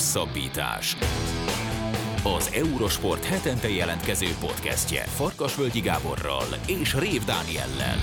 Hosszabbítás. Az Eurosport hetente jelentkező podcastje Farkasvölgyi Gáborral és Rév Dániellel.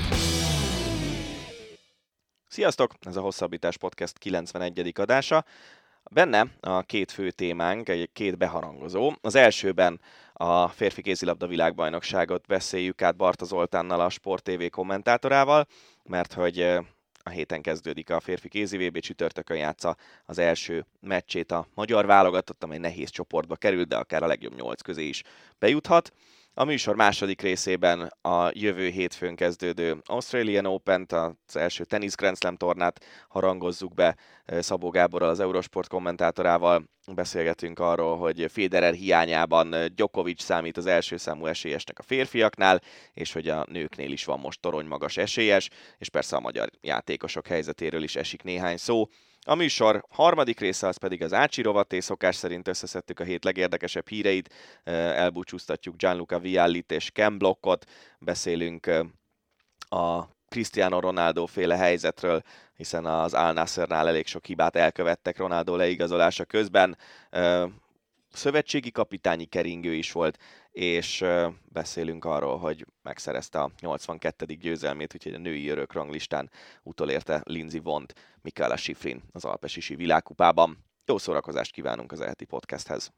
Sziasztok! Ez a Hosszabbítás podcast 91. adása. Benne a két fő témánk, két beharangozó. Az elsőben a férfi kézilabda világbajnokságot beszéljük át Barta Zoltánnal, a Sport TV kommentátorával, mert hogy a héten kezdődik a férfi kézi VB, csütörtökön játsza az első meccsét a magyar válogatott, amely nehéz csoportba került, de akár a legjobb 8 közé is bejuthat. A műsor második részében a jövő hétfőn kezdődő Australian Open-t, az első tenisz Grand Slam tornát harangozzuk be Szabó Gáborral, az Eurosport kommentátorával. Beszélgetünk arról, hogy Federer hiányában Djokovic számít az első számú esélyesnek a férfiaknál, és hogy a nőknél is van most toronymagas esélyes, és persze a magyar játékosok helyzetéről is esik néhány szó. A műsor harmadik része az pedig az Ácsi rovat, és szokás szerint összeszedtük a hét legérdekesebb híreit, elbúcsúztatjuk Gianluca Viallit és Ken Blockot, beszélünk a Cristiano Ronaldo féle helyzetről, hiszen az Al Nassrnál elég sok hibát elkövettek Ronaldo leigazolása közben. Szövetségi kapitányi keringő is volt, és beszélünk arról, hogy megszerezte a 82. győzelmét, úgyhogy a női örökranglistán utolérte Lindsey Vonnt Mikaela Shiffrin az Alpesi Sí világkupában. Jó szórakozást kívánunk az eheti podcasthez!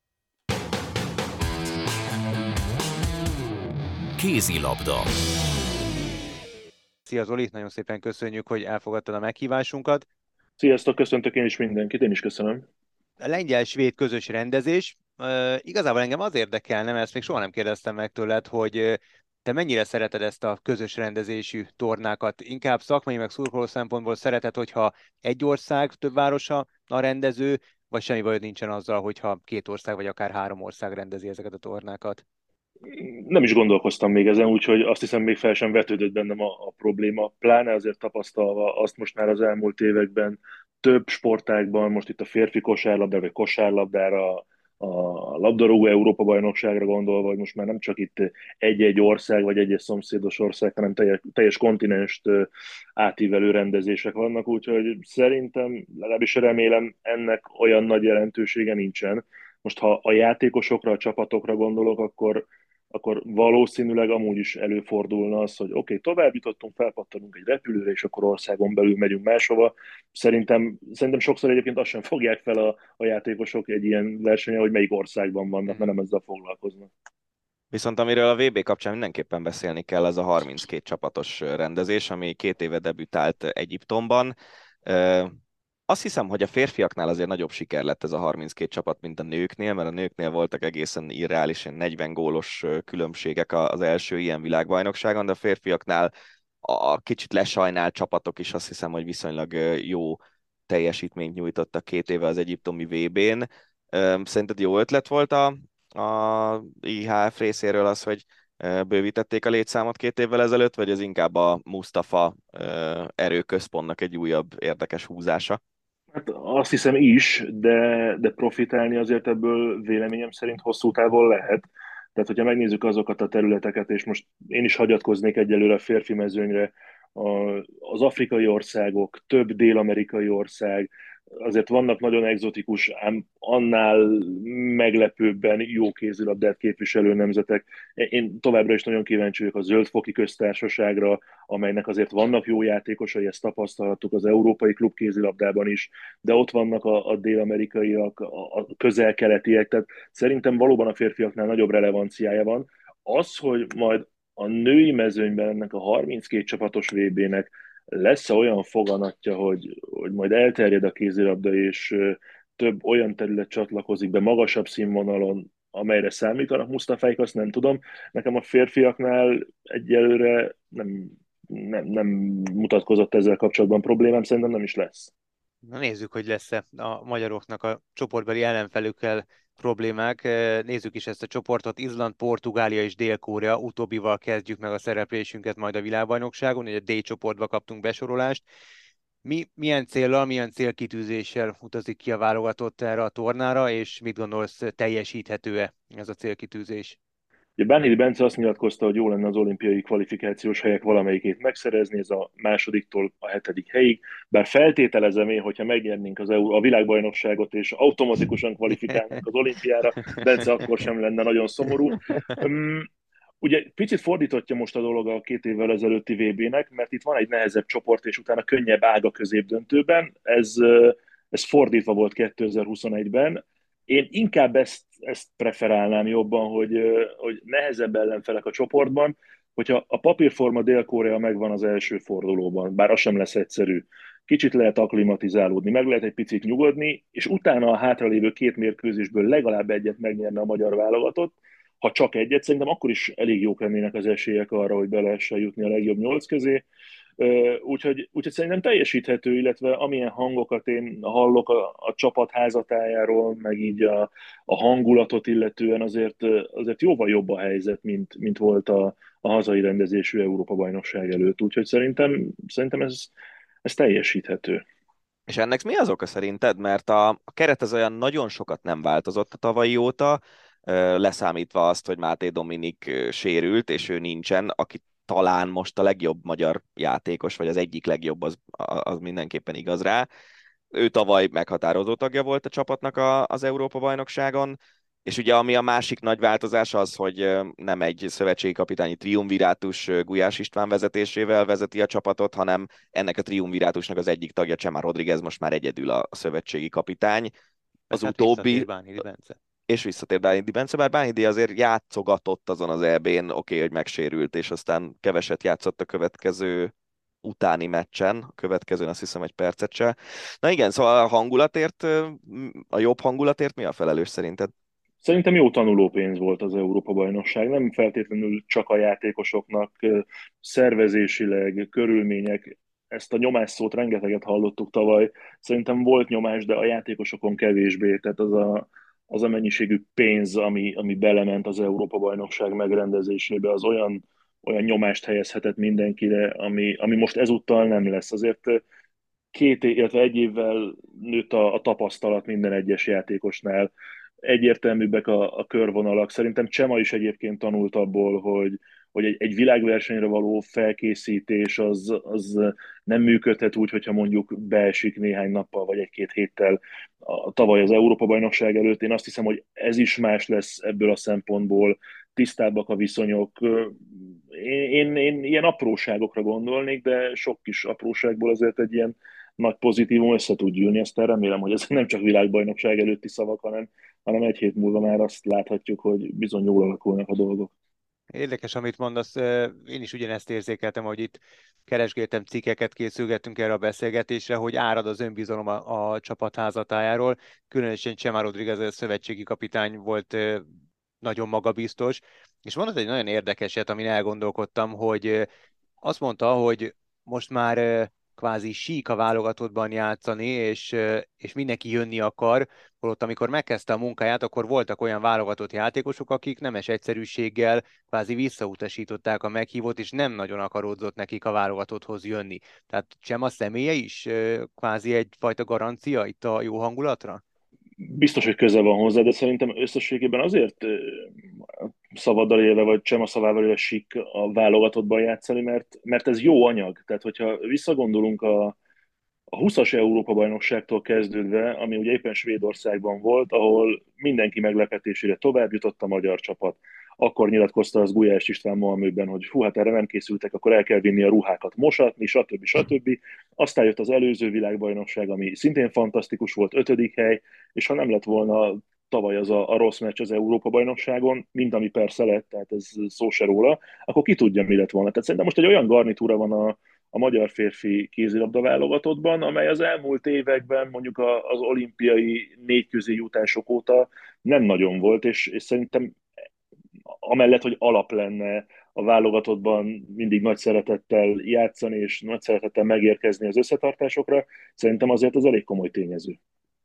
Kézilabda. Szia Zoli, nagyon szépen köszönjük, hogy elfogadtad a meghívásunkat. Sziasztok, köszöntök én is mindenkit, én is köszönöm. A lengyel-svéd közös rendezés. Igazából engem az érdekelne, mert ezt még soha nem kérdeztem meg tőled, hogy te mennyire szereted ezt a közös rendezésű tornákat? Inkább szakmai meg szurkoló szempontból szereted, hogyha egy ország, több városa a rendező, vagy semmi bajod nincsen azzal, hogyha két ország vagy akár három ország rendezi ezeket a tornákat? Nem is gondolkoztam még ezen, úgyhogy azt hiszem még fel sem vetődött bennem a probléma. Pláne azért tapasztalva azt most már az elmúlt években több sportágban, most itt a férfi kosárlabdára, vagy kosárlabdára, a labdarúgó Európa-bajnokságra gondolva, hogy most már nem csak itt egy-egy ország, vagy egy-egy szomszédos ország, hanem teljes kontinenst átívelő rendezések vannak, úgyhogy szerintem, legalábbis remélem, ennek olyan nagy jelentősége nincsen. Most ha a játékosokra, a csapatokra gondolok, akkor valószínűleg amúgy is előfordulna az, hogy oké, tovább jutottunk, felpattanunk egy repülőre, és akkor országon belül megyünk máshova. Szerintem sokszor egyébként azt sem fogják fel a játékosok egy ilyen versenyen, hogy melyik országban vannak, mert nem ezzel foglalkoznak. Viszont amiről a VB kapcsán mindenképpen beszélni kell, az a 32 csapatos rendezés, ami 2 éve debütált Egyiptomban. Azt hiszem, hogy a férfiaknál azért nagyobb siker lett ez a 32 csapat, mint a nőknél, mert a nőknél voltak egészen irreális 40 gólos különbségek az első ilyen világbajnokságon, de a férfiaknál a kicsit lesajnált csapatok is azt hiszem, hogy viszonylag jó teljesítményt nyújtottak 2 éve az egyiptomi VB-n. Szerinted jó ötlet volt a IHF részéről az, hogy bővítették a létszámot 2 évvel ezelőtt, vagy ez inkább a Mustafa erőközpontnak egy újabb érdekes húzása? Hát azt hiszem is, de profitálni azért ebből véleményem szerint hosszú távon lehet. Tehát, hogyha megnézzük azokat a területeket, és most én is hagyatkoznék egyelőre a férfi mezőnyre, az afrikai országok, több dél-amerikai ország, azért vannak nagyon egzotikus, ám annál meglepőbben jó kézilabdát képviselő nemzetek. Én továbbra is nagyon kíváncsi vagyok a Zöld-foki köztársaságra, amelynek azért vannak jó játékosai, ezt tapasztalhattuk az európai klubkézilabdában is, de ott vannak a dél-amerikaiak, a közel-keletiek, tehát szerintem valóban a férfiaknál nagyobb relevanciája van. Az, hogy majd a női mezőnyben ennek a 32 csapatos VB-nek lesz olyan foganatja, hogy majd elterjed a kézilabda, és több olyan terület csatlakozik be magasabb színvonalon, amelyre számítanak Mustafáik, azt nem tudom. Nekem a férfiaknál egyelőre nem mutatkozott ezzel kapcsolatban problémám, szerintem nem is lesz. Na nézzük, hogy lesz-e a magyaroknak a csoportbeli ellenfelükkel problémák. Nézzük is ezt a csoportot. Izland, Portugália és Dél-Korea. Utóbbival kezdjük meg a szereplésünket majd a világbajnokságon. Ugye a D csoportba kaptunk besorolást. Milyen céllal, milyen célkitűzéssel utazik ki a válogatott erre a tornára, és mit gondolsz, teljesíthető-e ez a célkitűzés? Ugye Bánhidi Bence azt nyilatkozta, hogy jó lenne az olimpiai kvalifikációs helyek valamelyikét megszerezni, ez a másodiktól a hetedik helyig, bár feltételezem én, hogyha megnyernénk a világbajnokságot és automatikusan kvalifikálnánk az olimpiára, Bence akkor sem lenne nagyon szomorú. Ugye picit fordítottja most a dolog a 2 évvel ezelőtti VB-nek, mert itt van egy nehezebb csoport, és utána könnyebb ág a középdöntőben. Ez fordítva volt 2021-ben. Én inkább ezt preferálnám jobban, hogy nehezebb ellenfelek a csoportban, hogyha a papírforma Dél-Korea megvan az első fordulóban, bár az sem lesz egyszerű. Kicsit lehet akklimatizálódni, meg lehet egy picit nyugodni, és utána a hátralévő 2 mérkőzésből legalább egyet megnyerne a magyar válogatott. Ha csak egyet, szerintem akkor is elég jók lennének az esélyek arra, hogy be lehessen jutni a legjobb 8 közé. Úgyhogy szerintem teljesíthető, illetve amilyen hangokat én hallok a csapat házatájáról, meg így a hangulatot illetően azért jóval jobb a helyzet, mint volt a hazai rendezésű Európa-bajnokság előtt. Úgyhogy szerintem ez teljesíthető. És ennek mi az oka szerinted? Mert a keret az olyan nagyon sokat nem változott a tavalyi óta, leszámítva azt, hogy Máté Dominik sérült, és ő nincsen, aki talán most a legjobb magyar játékos, vagy az egyik legjobb, az mindenképpen igaz rá. Ő tavaly meghatározó tagja volt a csapatnak az Európa-bajnokságon, és ugye ami a másik nagy változás az, hogy nem egy szövetségi kapitányi triumvirátus Gulyás István vezetésével vezeti a csapatot, hanem ennek a triumvirátusnak az egyik tagja, Csema Rodriguez, most már egyedül a szövetségi kapitány. Az Hát utóbbi, Bánhidi Bence. és visszatér Bánhidi Bence, bár Bánhidi azért játszogatott azon az EB-n, oké, hogy megsérült, és aztán keveset játszott a következő utáni meccsen, a következőn azt hiszem egy percet se. Na igen, szóval a jobb hangulatért mi a felelős szerinted? Szerintem jó tanulópénz volt az Európa-bajnokság, nem feltétlenül csak a játékosoknak, szervezésileg, körülmények, ezt a nyomás szót rengeteget hallottuk tavaly, szerintem volt nyomás, de a játékosokon kevésbé, tehát az a mennyiségű pénz, ami belement az Európa-bajnokság megrendezésébe, az olyan nyomást helyezhetett mindenkire, ami most ezúttal nem lesz. Azért 2 év, illetve 1 évvel nőtt a tapasztalat minden egyes játékosnál, egyértelműbbek a körvonalak. Szerintem Csema is egyébként tanult abból, hogy egy világversenyre való felkészítés az nem működhet úgy, hogyha mondjuk beesik néhány nappal vagy 1-2 héttel tavaly az Európa-bajnokság előtt. Én azt hiszem, hogy ez is más lesz ebből a szempontból, tisztábbak a viszonyok. Én ilyen apróságokra gondolnék, de sok kis apróságból azért egy ilyen nagy pozitívum össze tud gyűlni. Aztán remélem, hogy ez nem csak világbajnokság előtti szavak, hanem 1 hét múlva már azt láthatjuk, hogy bizony jól alakulnak a dolgok. Érdekes, amit mondasz. Én is ugyanezt érzékeltem, hogy itt keresgéltem cikkeket, készülgettünk erre a beszélgetésre, hogy árad az önbizalom a csapat házatájáról. Különösen Chema Rodriguez, a szövetségi kapitány volt nagyon magabiztos. És mondott egy nagyon érdekeset, amin elgondolkodtam, hogy azt mondta, hogy most már kvázi sík a válogatottban játszani, és mindenki jönni akar, holott amikor megkezdte a munkáját, akkor voltak olyan válogatott játékosok, akik nemes egyszerűséggel kvázi visszautasították a meghívót, és nem nagyon akaródzott nekik a válogatotthoz jönni. Tehát sem a személye is kvázi egyfajta garancia itt a jó hangulatra? Biztos, hogy köze van hozzá, de szerintem összességében azért szavaddal élve, vagy Csema szavával élve sik a válogatottban játszani, mert ez jó anyag. Tehát, hogyha visszagondolunk a 20-as Európa-bajnokságtól kezdődve, ami ugye éppen Svédországban volt, ahol mindenki meglepetésére tovább jutott a magyar csapat. Akkor nyilatkozta az Gulyás István Malmöben, hogy fú, hát erre nem készültek, akkor el kell vinni a ruhákat mosatni, stb. Aztán jött az előző világbajnokság, ami szintén fantasztikus volt, 5. hely, és ha nem lett volna tavaly az a rossz meccs az Európa-bajnokságon, mint ami persze lett, tehát ez szó se róla, akkor ki tudja, mi lett volna. Tehát szerintem most egy olyan garnitúra van a magyar férfi kézilabda válogatottban, amely az elmúlt években mondjuk az olimpiai 4 közé jutások óta nem nagyon volt, és szerintem amellett, hogy alap lenne a válogatottban mindig nagy szeretettel játszani, és nagy szeretettel megérkezni az összetartásokra, szerintem azért az elég komoly tényező.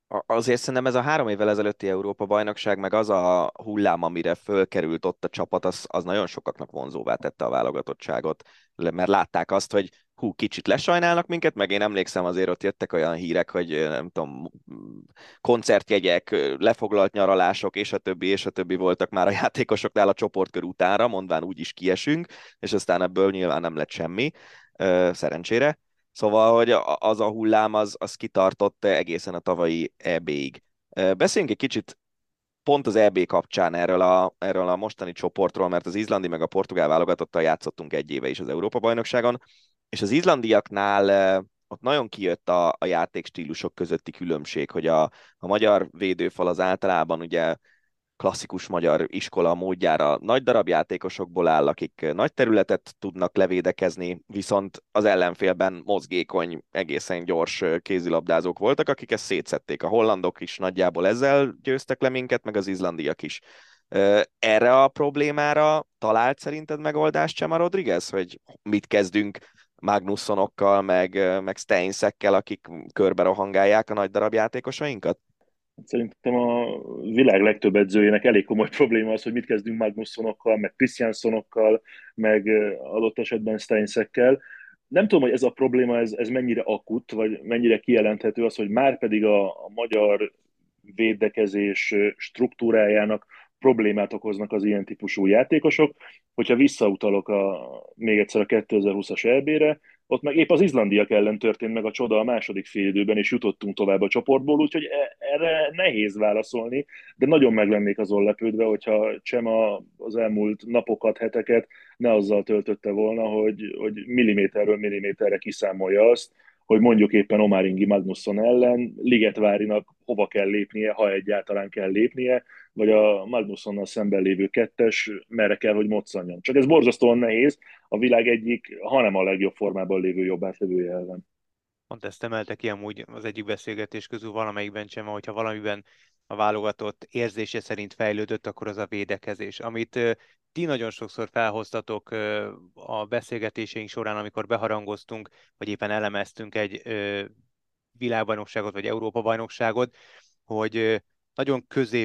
Azért szerintem ez a 3 évvel ezelőtti Európa-bajnokság, meg az a hullám, amire fölkerült ott a csapat, az nagyon sokaknak vonzóvá tette a válogatottságot, mert látták azt, hogy kicsit lesajnálnak minket, meg én emlékszem, azért ott jöttek olyan hírek, hogy nem tudom, koncertjegyek, lefoglalt nyaralások, és a többi voltak már a játékosoknál a csoportkör utánra, mondván úgy is kiesünk, és aztán ebből nyilván nem lett semmi, szerencsére. Szóval, hogy az a hullám az kitartott egészen a tavalyi EB-ig. Beszéljünk egy kicsit pont az EB kapcsán erről a mostani csoportról, mert az izlandi meg a portugál válogatottal játszottunk egy éve is az Európa-bajnokságon, és az izlandiaknál ott nagyon kijött a játékstílusok közötti különbség, hogy a magyar védőfal az általában ugye klasszikus magyar iskola módjára nagy darab játékosokból áll, akik nagy területet tudnak levédekezni, viszont az ellenfélben mozgékony, egészen gyors kézilabdázók voltak, akik ezt szétszették. A hollandok is nagyjából ezzel győztek le minket, meg az izlandiak is. Erre a problémára talált szerinted megoldást Chema Rodriguez, hogy mit kezdünk Magnussonokkal, meg Steinsekkel, akik körbe rohangálják a nagy darab játékosainkat? Szerintem a világ legtöbb edzőjének elég komoly probléma az, hogy mit kezdünk Magnussonokkal, meg Christiansonokkal, meg adott esetben Steinsekkel. Nem tudom, hogy ez a probléma, ez mennyire akut, vagy mennyire kijelenthető az, hogy már pedig a magyar védekezés struktúrájának problémát okoznak az ilyen típusú játékosok. Hogyha visszautalok még egyszer a 2020-as EB-re, ott meg épp az izlandiak ellen történt meg a csoda a második félidőben, és jutottunk tovább a csoportból, úgyhogy erre nehéz válaszolni, de nagyon meg lennék azon lepődve, hogyha Csema az elmúlt napokat, heteket ne azzal töltötte volna, hogy milliméterről milliméterre kiszámolja azt, hogy mondjuk éppen Omar Ingi Magnusson ellen Ligetvárinak hova kell lépnie, ha egyáltalán kell lépnie, vagy a Magnussonnal szemben lévő kettes merre kell, hogy moccanjon. Csak ez borzasztóan nehéz a világ egyik, hanem a legjobb formában lévő jobb átlövője ellen. Pont ezt emelte ki amúgy az egyik beszélgetés közül valamelyikben sem, hogyha valamiben a válogatott érzése szerint fejlődött, akkor az a védekezés, amit ti nagyon sokszor felhoztatok a beszélgetéseink során, amikor beharangoztunk, vagy éppen elemeztünk egy világbajnokságot, vagy Európa-bajnokságot, hogy nagyon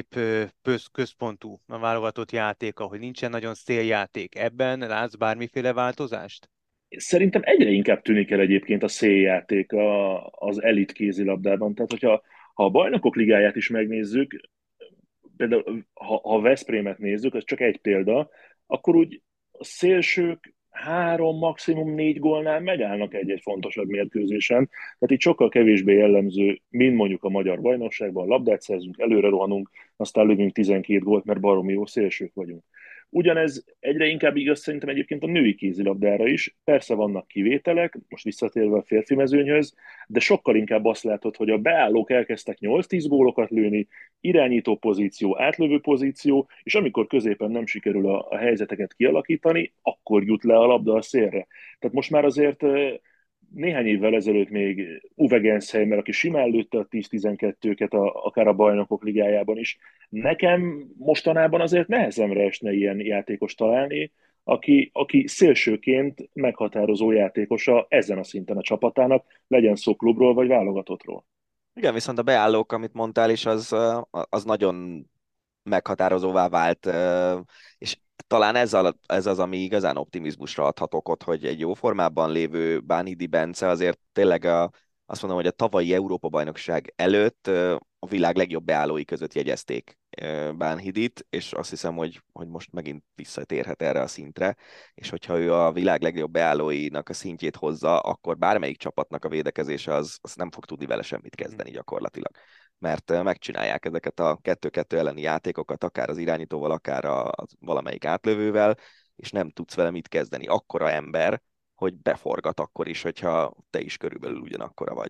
központú a válogatott játéka, hogy nincsen nagyon széljáték. Ebben látsz bármiféle változást? Szerintem egyre inkább tűnik el egyébként a széljáték az elit kézilabdában. Tehát, ha a bajnokok ligáját is megnézzük, például ha Veszprémet nézzük, ez csak egy példa, akkor úgy a szélsők 3, maximum 4 gólnál megállnak egy-egy fontosabb mérkőzésen. Tehát itt sokkal kevésbé jellemző, mint mondjuk a magyar bajnokságban. Labdát szerzünk, előre rohanunk, aztán lövünk 12 gólt, mert baromi jó szélsők vagyunk. Ugyanez egyre inkább igaz szerintem egyébként a női kézilabdára is. Persze vannak kivételek, most visszatérve a férfi mezőnyhöz, de sokkal inkább azt látod, hogy a beállók elkezdtek 8-10 gólokat lőni, irányító pozíció, átlövő pozíció, és amikor középen nem sikerül a helyzeteket kialakítani, akkor jut le a labda a szélre. Tehát most már azért néhány évvel ezelőtt még Uwe Gensheimer, aki simán lőtte a 10-12-ket akár a bajnokok ligájában is. Nekem mostanában azért nehezemre esne ilyen játékos találni, aki szélsőként meghatározó játékosa ezen a szinten a csapatának, legyen szó klubról vagy válogatottról. Igen, viszont a beállók, amit mondtál is, az nagyon meghatározóvá vált, és talán ez az, ami igazán optimizmusra adhat okot, hogy egy jó formában lévő Bánhidi Bence azért tényleg azt mondom, hogy a tavalyi Európa-bajnokság előtt a világ legjobb beállói között jegyezték Bánhidit, és azt hiszem, hogy most megint visszatérhet erre a szintre, és hogyha ő a világ legjobb beállóinak a szintjét hozza, akkor bármelyik csapatnak a védekezése az nem fog tudni vele semmit kezdeni gyakorlatilag, mert megcsinálják ezeket a 2-2 elleni játékokat, akár az irányítóval, akár valamelyik átlövővel, és nem tudsz vele mit kezdeni. Akkora ember, hogy beforgat akkor is, hogyha te is körülbelül ugyanakkora vagy.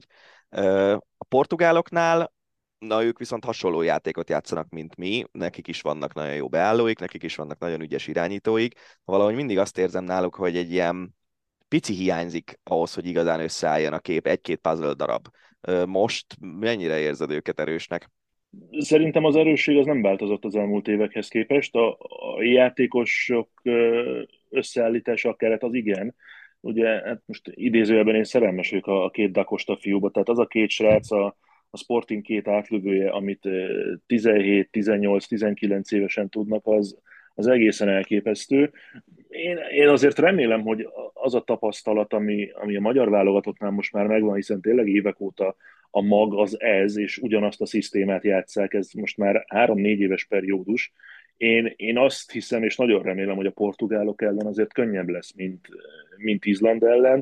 A portugáloknál, na ők viszont hasonló játékot játszanak, mint mi, nekik is vannak nagyon jó beállóik, nekik is vannak nagyon ügyes irányítóik. Valahogy mindig azt érzem náluk, hogy egy ilyen pici hiányzik ahhoz, hogy igazán összeálljon a kép, egy-két puzzle darab. Most mennyire érzed őket erősnek? Szerintem az erősség az nem változott az elmúlt évekhez képest. A játékosok összeállítása, a keret az igen. Ugye hát most idézőjelben én szerelmes vagyok a két Dakosta fiúba, tehát az a két srác, a a Sporting két átlövője, amit 17, 18, 19 évesen tudnak, az egészen elképesztő. Én azért remélem, hogy az a tapasztalat, ami a magyar válogatottnál most már megvan, hiszen tényleg évek óta a mag az ez, és ugyanazt a szisztémát játsszák, ez most már 3-4 éves periódus. Én azt hiszem, és nagyon remélem, hogy a portugálok ellen azért könnyebb lesz, mint Izland ellen,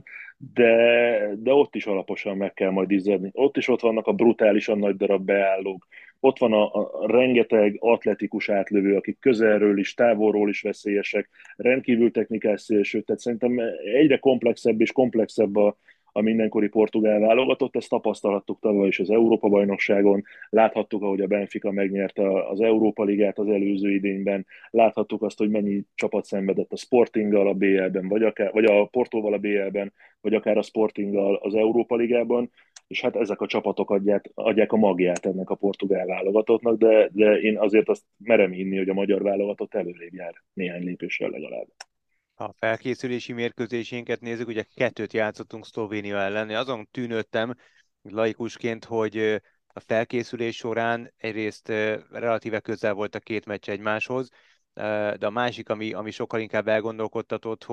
de ott is alaposan meg kell majd izzadni. Ott vannak a brutálisan nagy darab beállók, ott van a rengeteg atletikus átlövő, akik közelről is, távolról is veszélyesek, rendkívül technikás szélső, tehát szerintem egyre komplexebb és komplexebb a mindenkori portugál válogatott, ezt tapasztalhattuk tavaly is az Európa-bajnokságon, láthattuk, ahogy a Benfica megnyerte az Európa-ligát az előző idényben, láthattuk azt, hogy mennyi csapat szenvedett a Sportinggal a BL-ben, vagy a Portóval a BL-ben, vagy akár a Sportinggal az Európa-ligában, és hát ezek a csapatok adják a magját ennek a portugál válogatottnak, de én azért azt merem hinni, hogy a magyar válogatott előrébb jár néhány lépéssel legalább. A felkészülési mérkőzésénket nézzük, ugye 2-t játszottunk Szlovénia ellen. Én azon tűnődtem laikusként, hogy a felkészülés során egyrészt relatíve közel volt a két meccs egymáshoz, de a másik, ami sokkal inkább elgondolkodtatott,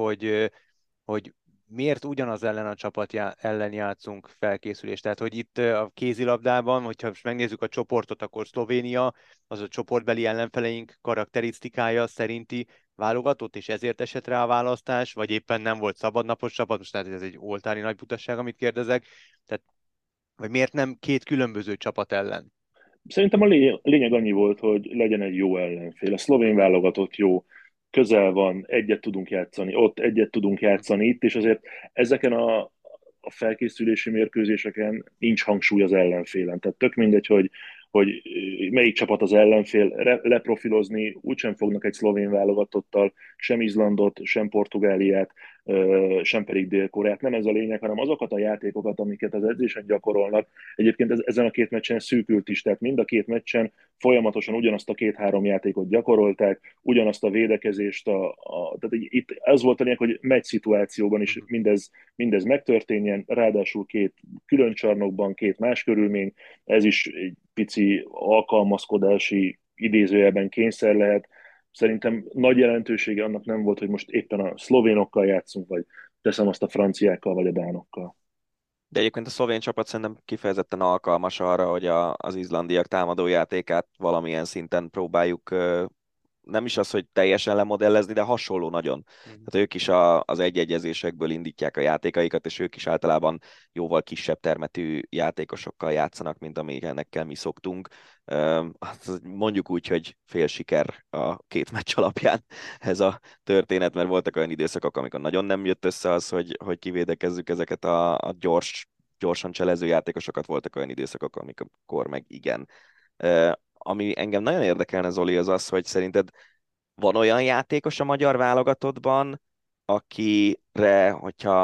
hogy miért ugyanaz ellen a csapat ellen játszunk felkészülést. Tehát, hogy itt a kézilabdában, hogyha most megnézzük a csoportot, akkor Szlovénia, az a csoportbeli ellenfeleink karakterisztikája szerinti válogatott, és ezért esett rá a választás, vagy éppen nem volt szabadnapos csapat, most tehát ez egy oltári nagy butasság, amit kérdezek, tehát, vagy miért nem két különböző csapat ellen? Szerintem a lényeg annyi volt, hogy legyen egy jó ellenfél. A szlovén válogatott jó, közel van, egyet tudunk játszani ott, egyet tudunk játszani itt, és azért ezeken a felkészülési mérkőzéseken nincs hangsúly az ellenfélen. Tehát tök mindegy, hogy melyik csapat az ellenfél, leprofilozni úgysem fognak egy szlovén válogatottal, sem Izlandot, sem Portugáliát, sem pedig Dél-Koreát. Nem ez a lényeg, hanem azokat a játékokat, amiket az edzésen gyakorolnak. Egyébként ezen a két meccsen szűkült is, tehát mind a két meccsen folyamatosan ugyanazt a két-három játékot gyakorolták, ugyanazt a védekezést, tehát itt ez volt a lényeg, hogy meccs szituációban is mindez megtörténjen, ráadásul két külön csarnokban, két más körülmény, ez is egy pici alkalmazkodási idézőjelben kényszer lehet. Szerintem nagy jelentősége annak nem volt, hogy most éppen a szlovénokkal játszunk, vagy teszem azt a franciákkal, vagy a dánokkal. De egyébként a szlovén csapat szerintem kifejezetten alkalmas arra, hogy az izlandiak támadójátékát valamilyen szinten próbáljuk, nem is az, hogy teljesen lemodellezni, de hasonló nagyon. Tehát ők is az egyegyezésekből indítják a játékaikat, és ők is általában jóval kisebb termetű játékosokkal játszanak, mint amilyenekkel mi szoktunk. Mondjuk úgy, hogy fél siker a két meccs alapján ez a történet, mert voltak olyan időszakok, amikor nagyon nem jött össze az, hogy kivédekezzük ezeket a gyorsan cselező játékosokat, voltak olyan időszakok, amikor meg igen. Ami engem nagyon érdekelne, Zoli, az az, hogy szerinted van olyan játékos a magyar válogatottban, akire,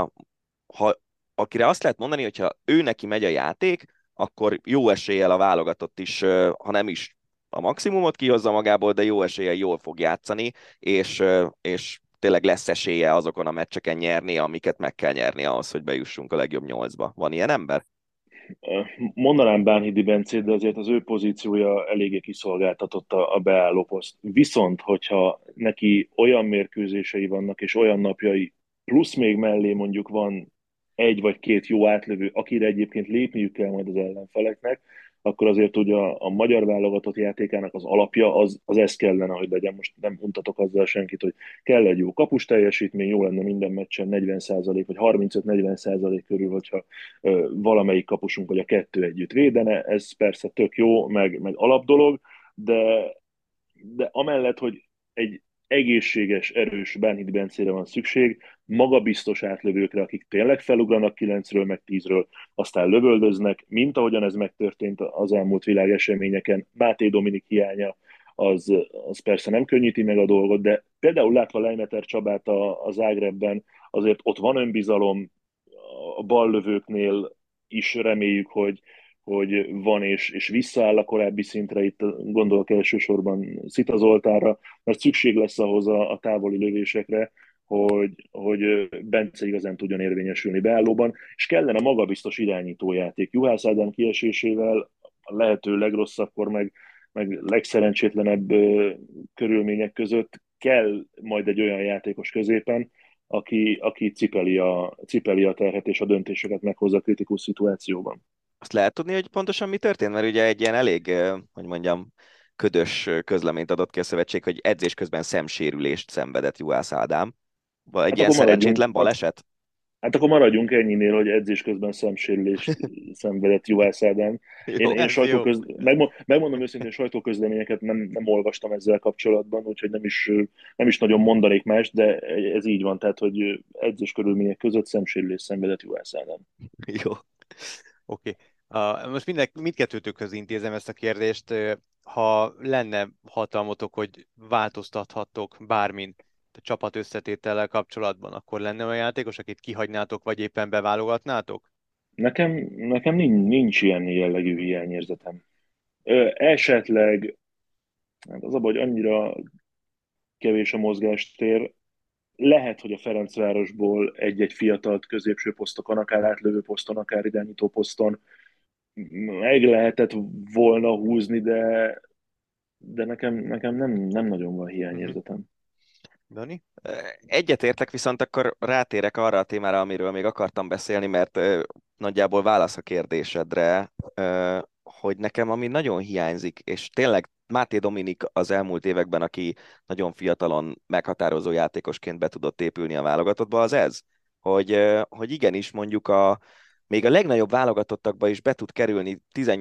akire azt lehet mondani, hogyha ő neki megy a játék, akkor jó eséllyel a válogatott is, ha nem is a maximumot kihozza magából, de jó eséllyel jól fog játszani, és tényleg lesz esélye azokon a meccseken nyerni, amiket meg kell nyerni ahhoz, hogy bejussunk a legjobb 8-ba. Van ilyen ember? Mondanám Bánhidi Bencét, de azért az ő pozíciója eléggé kiszolgáltatott a beálló poszt. Viszont, hogyha neki olyan mérkőzései vannak, és olyan napjai, plusz még mellé mondjuk van egy vagy két jó átlövő, akire egyébként lépniük kell majd az ellenfeleknek, akkor azért ugye a magyar válogatott játékának az alapja az ez kellene, hogy legyen. Most nem untatok azzal senkit, hogy kell egy jó kapus teljesítmény, jó lenne minden meccsen 40% vagy 35-40% körül, hogyha valamelyik kapusunk vagy a kettő együtt védene. Ez persze tök jó, meg alapdolog, de amellett, hogy egy egészséges, erős Bánhidi Bencére van szükség, magabiztos átlövőkre, akik tényleg felugranak 9-ről, meg 10-ről, aztán lövöldöznek, mint ahogyan ez megtörtént az elmúlt világeseményeken. Máté Dominik hiánya az persze nem könnyíti meg a dolgot, de például látva Leimeter Csabát a Zágrebben, azért ott van önbizalom, a ballövőknél is reméljük, hogy van és visszaáll a korábbi szintre, itt gondolok elsősorban Szita Zoltánra, mert szükség lesz ahhoz a távoli lövésekre, hogy Bence igazán tudjon érvényesülni beállóban, és kellene magabiztos irányítójáték. Juhász Ádám kiesésével a lehető legrosszabbkor, meg legszerencsétlenebb körülmények között kell majd egy olyan játékos középen, aki cipeli a terhet és a döntéseket meghozza kritikus szituációban. Azt lehet tudni, hogy pontosan mi történt? Mert ugye egy ilyen elég, hogy mondjam, ködös közleményt adott ki a szövetség, hogy edzés közben szemsérülést szenvedett Juhász Ádám. Vagy egy Hát ilyen akkor maradjunk, szerencsétlen baleset? hát akkor maradjunk ennyinél, hogy edzés közben szemsérülést szenvedett Juhász Ádám. Jó. Ez jó. Megmondom őszintén, sajtóközleményeket nem olvastam ezzel kapcsolatban, úgyhogy nem is nagyon mondanék más, de ez így van, tehát, hogy edzés körülmények között szemsérülést szenvedett Juhász Ádám. Jó. Oké. Most mindkettőtökhöz intézem ezt a kérdést. Ha lenne hatalmatok, hogy változtathattok bármin a csapat összetétellel kapcsolatban, akkor lenne olyan játékos, akit kihagynátok, vagy éppen beválogatnátok? Nekem nincs ilyen jellegű hiányérzetem. Esetleg, hát az a baj, hogy annyira kevés a mozgástér, lehet, hogy a Ferencvárosból egy-egy fiatalt középső posztokon, akár átlövő poszton, akár irányító poszton meg lehetett volna húzni, de nekem nem nagyon van hiányérzetem. Dani? Egyetértek, viszont akkor rátérek arra a témára, amiről még akartam beszélni, mert nagyjából válasz a kérdésedre, hogy nekem ami nagyon hiányzik, és tényleg Máté Dominik az elmúlt években, aki nagyon fiatalon meghatározó játékosként be tudott épülni a válogatottba, az ez, hogy igenis mondjuk még a legnagyobb válogatottakba is be tud kerülni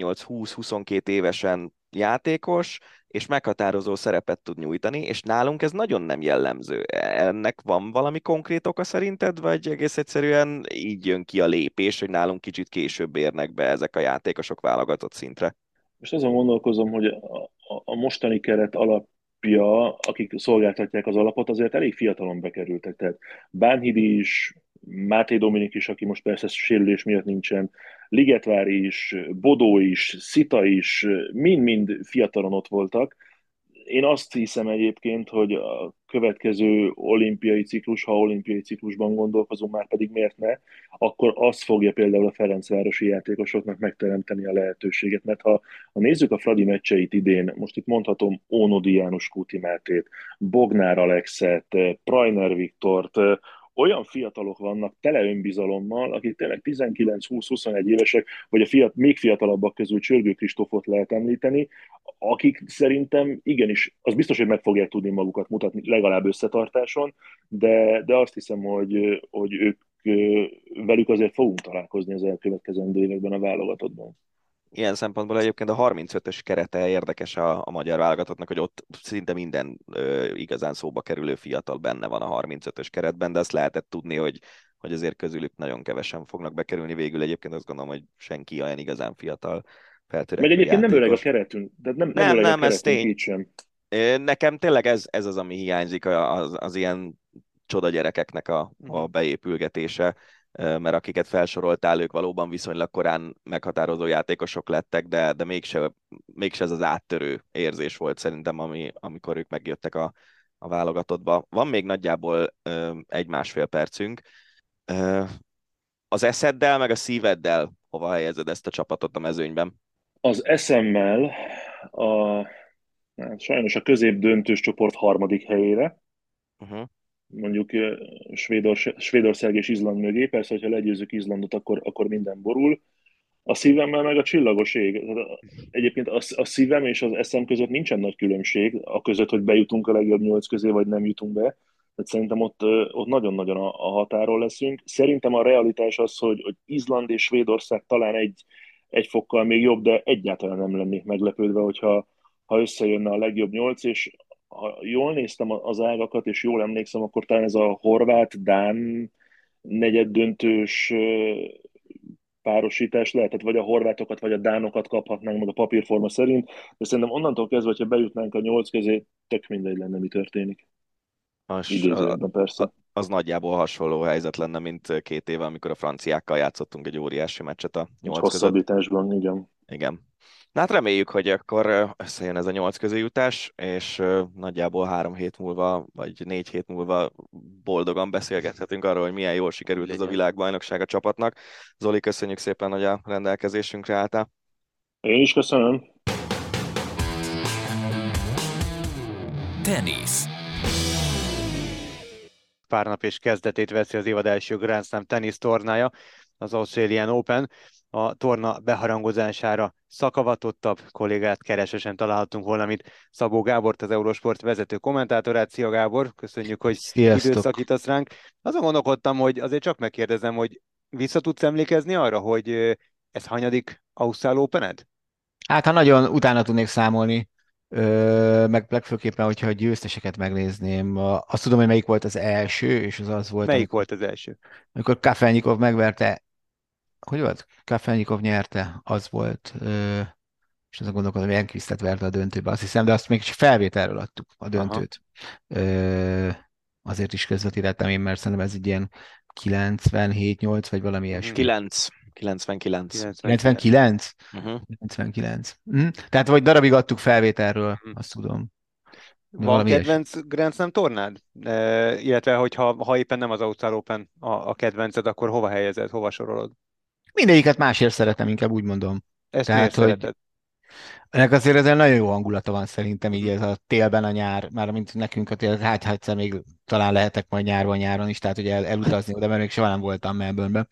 18-20-22 évesen játékos, és meghatározó szerepet tud nyújtani, és nálunk ez nagyon nem jellemző. Ennek van valami konkrét oka szerinted, vagy egész egyszerűen így jön ki a lépés, hogy nálunk kicsit később érnek be ezek a játékosok válogatott szintre? Most azon gondolkozom, hogy a mostani keret alapja, akik szolgáltatják az alapot, azért elég fiatalon bekerültek. Tehát Bánhidi is, Máté Dominik is, aki most persze sérülés miatt nincsen, Ligetvári is, Bodó is, Szita is, mind-mind fiatalon ott voltak. Én azt hiszem egyébként, hogy a következő olimpiai ciklus, ha olimpiai ciklusban gondolkozunk, már pedig miért ne, akkor az fogja például a Ferencvárosi játékosoknak megteremteni a lehetőséget. Mert ha nézzük a Fradi meccseit idén, most itt mondhatom Ónodi János Kúti Mátét, Bognár Alexet, Prajner Viktort, olyan fiatalok vannak tele önbizalommal, akik tényleg 19-20-21 évesek, vagy még fiatalabbak közül Csörgő Kristófot lehet említeni, akik szerintem igenis, az biztos, hogy meg fogják tudni magukat mutatni, legalább összetartáson, de azt hiszem, hogy ők velük azért fogunk találkozni az elkövetkezendő években a válogatottban. Ilyen szempontból egyébként a 35-ös kerete érdekes a magyar válogatottnak, hogy ott szinte minden igazán szóba kerülő fiatal benne van a 35-ös keretben, de azt lehetett tudni, hogy azért közülük nagyon kevesen fognak bekerülni végül. Egyébként azt gondolom, hogy senki olyan igazán fiatal feltörekvő Meg egyébként játékos. nem öreg a keretünk, de nem öreg a ez keretünk tény. így sem. Nekem tényleg ez az, ami hiányzik, az ilyen csoda gyerekeknek a beépülgetése, mert akiket felsoroltál, ők valóban viszonylag korán meghatározó játékosok lettek, de mégse ez az áttörő érzés volt szerintem, amikor ők megjöttek a válogatottba. Van még nagyjából 1-1,5 percünk. Az eszeddel, meg a szíveddel hova helyezed ezt a csapatot a mezőnyben? Az eszemmel sajnos a középdöntős csoport harmadik helyére, mondjuk Svédország és Izland mögé, persze, hogyha legyőzzük Izlandot, akkor minden borul. A szívemmel meg a csillagos ég. Egyébként a szívem és az eszem között nincsen nagy különbség, a között, hogy bejutunk a legjobb 8 közé, vagy nem jutunk be. Tehát szerintem ott nagyon-nagyon a határon leszünk. Szerintem a realitás az, hogy Izland és Svédország talán egy fokkal még jobb, de egyáltalán nem lennék meglepődve, hogyha összejönne a legjobb 8, és ha jól néztem az ágakat, és jól emlékszem, akkor talán ez a horvát-dán negyeddöntős párosítás lehetett, vagy a horvátokat, vagy a dánokat kaphatnánk meg a papírforma szerint, de szerintem onnantól kezdve, hogyha bejutnánk a 8 közé, tök mindegy lenne, mi történik. Idézőjelben persze. Az nagyjából hasonló helyzet lenne, mint 2 éve, amikor a franciákkal játszottunk egy óriási meccset a 8 között. Hosszabbításban, igen. Igen. Na hát reméljük, hogy akkor összejön ez a 8 közé jutás, és nagyjából 3 hét múlva, vagy 4 hét múlva boldogan beszélgethetünk arról, hogy milyen jól sikerült ez a világbajnokság a csapatnak. Zoli, köszönjük szépen, hogy a rendelkezésünkre álltál. Én is köszönöm. Tenisz. Pár nap és kezdetét veszi az évad első Grand Slam tenisz tornája, az Australian Open. A torna beharangozására szakavatottabb kollégát keresesen találhatunk volna, mint Szabó Gábort, az Eurosport vezető kommentátorát. Szia Gábor, köszönjük, hogy Sziasztok! időt szakítasz ránk. Azon gondolkodtam, hogy azért csak megkérdezem, hogy vissza tudsz emlékezni arra, hogy ez hanyadik Ausztrál Opened? Hát, ha nagyon utána tudnék számolni, meg legfőképpen, hogyha a győzteseket megnézném, azt tudom, hogy melyik volt az első, és az volt, Melyik volt az első? amikor Kafelnyikov megverte, hogy volt? Kafelnyikov nyerte, az volt, és azon gondolkodom, hogy Enqvistet verte a döntőbe, azt hiszem, de azt még csak felvételről adtuk, a Aha. döntőt. Ö, azért is közvetítettem én, mert szerintem ez egy ilyen 97-8 vagy valami ilyesmi. 99. 99? Uh-huh. 99. Tehát vagy darabig adtuk felvételről, Mhm. azt tudom. Van Valami kedvenc Grand Slam tornád? Illetve, ha éppen nem az Ausztrál Open a kedvenced, akkor hova helyezed, hova sorolod? Mindegyiket másért szeretem, inkább úgy mondom. Ezt Tehát, miért hogy szereted? ennek azért ezzel nagyon jó hangulata van szerintem, így ez a télben a nyár, már mint nekünk a tél, hát egyszer még talán lehetek majd nyáron is, tehát hogy elutazni oda, mert még soha nem voltam Melbourne-ben,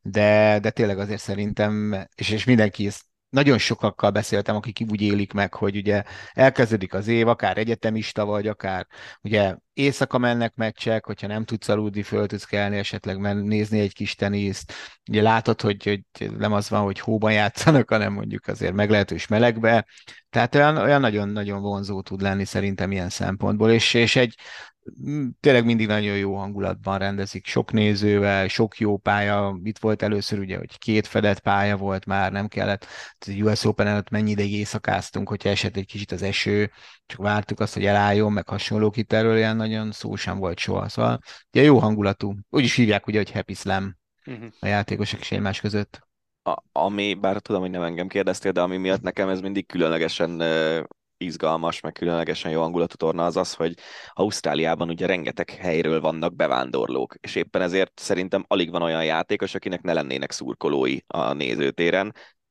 de tényleg azért szerintem, és mindenki ezt nagyon sokakkal beszéltem, akik úgy élik meg, hogy ugye elkezdődik az év, akár egyetemista vagy, akár ugye éjszaka mennek meccsek, hogyha nem tudsz aludni, föl tudsz kelni, esetleg nézni egy kis teniszt. Ugye látod, hogy nem az van, hogy hóban játszanak, hanem mondjuk azért meglehetős melegbe. Tehát olyan nagyon-nagyon vonzó tud lenni szerintem ilyen szempontból, és egy tényleg mindig nagyon jó hangulatban rendezik, sok nézővel, sok jó pálya. Itt volt először ugye, hogy 2 fedett pálya volt már, nem kellett. Az US Open előtt mennyi ideig éjszakáztunk, hogyha esett egy kicsit az eső, csak vártuk azt, hogy elálljon, meg hasonlók, itt erről ilyen nagyon szó sem volt soha. Szóval ugye jó hangulatú. Úgy is hívják ugye, hogy Happy Slam Uh-huh. a játékosok is egymás között. Ami, bár tudom, hogy nem engem kérdeztél, de ami miatt nekem ez mindig különlegesen izgalmas, meg különlegesen jó hangulatú torna az az, hogy Ausztráliában ugye rengeteg helyről vannak bevándorlók, és éppen ezért szerintem alig van olyan játékos, akinek ne lennének szurkolói a nézőtéren,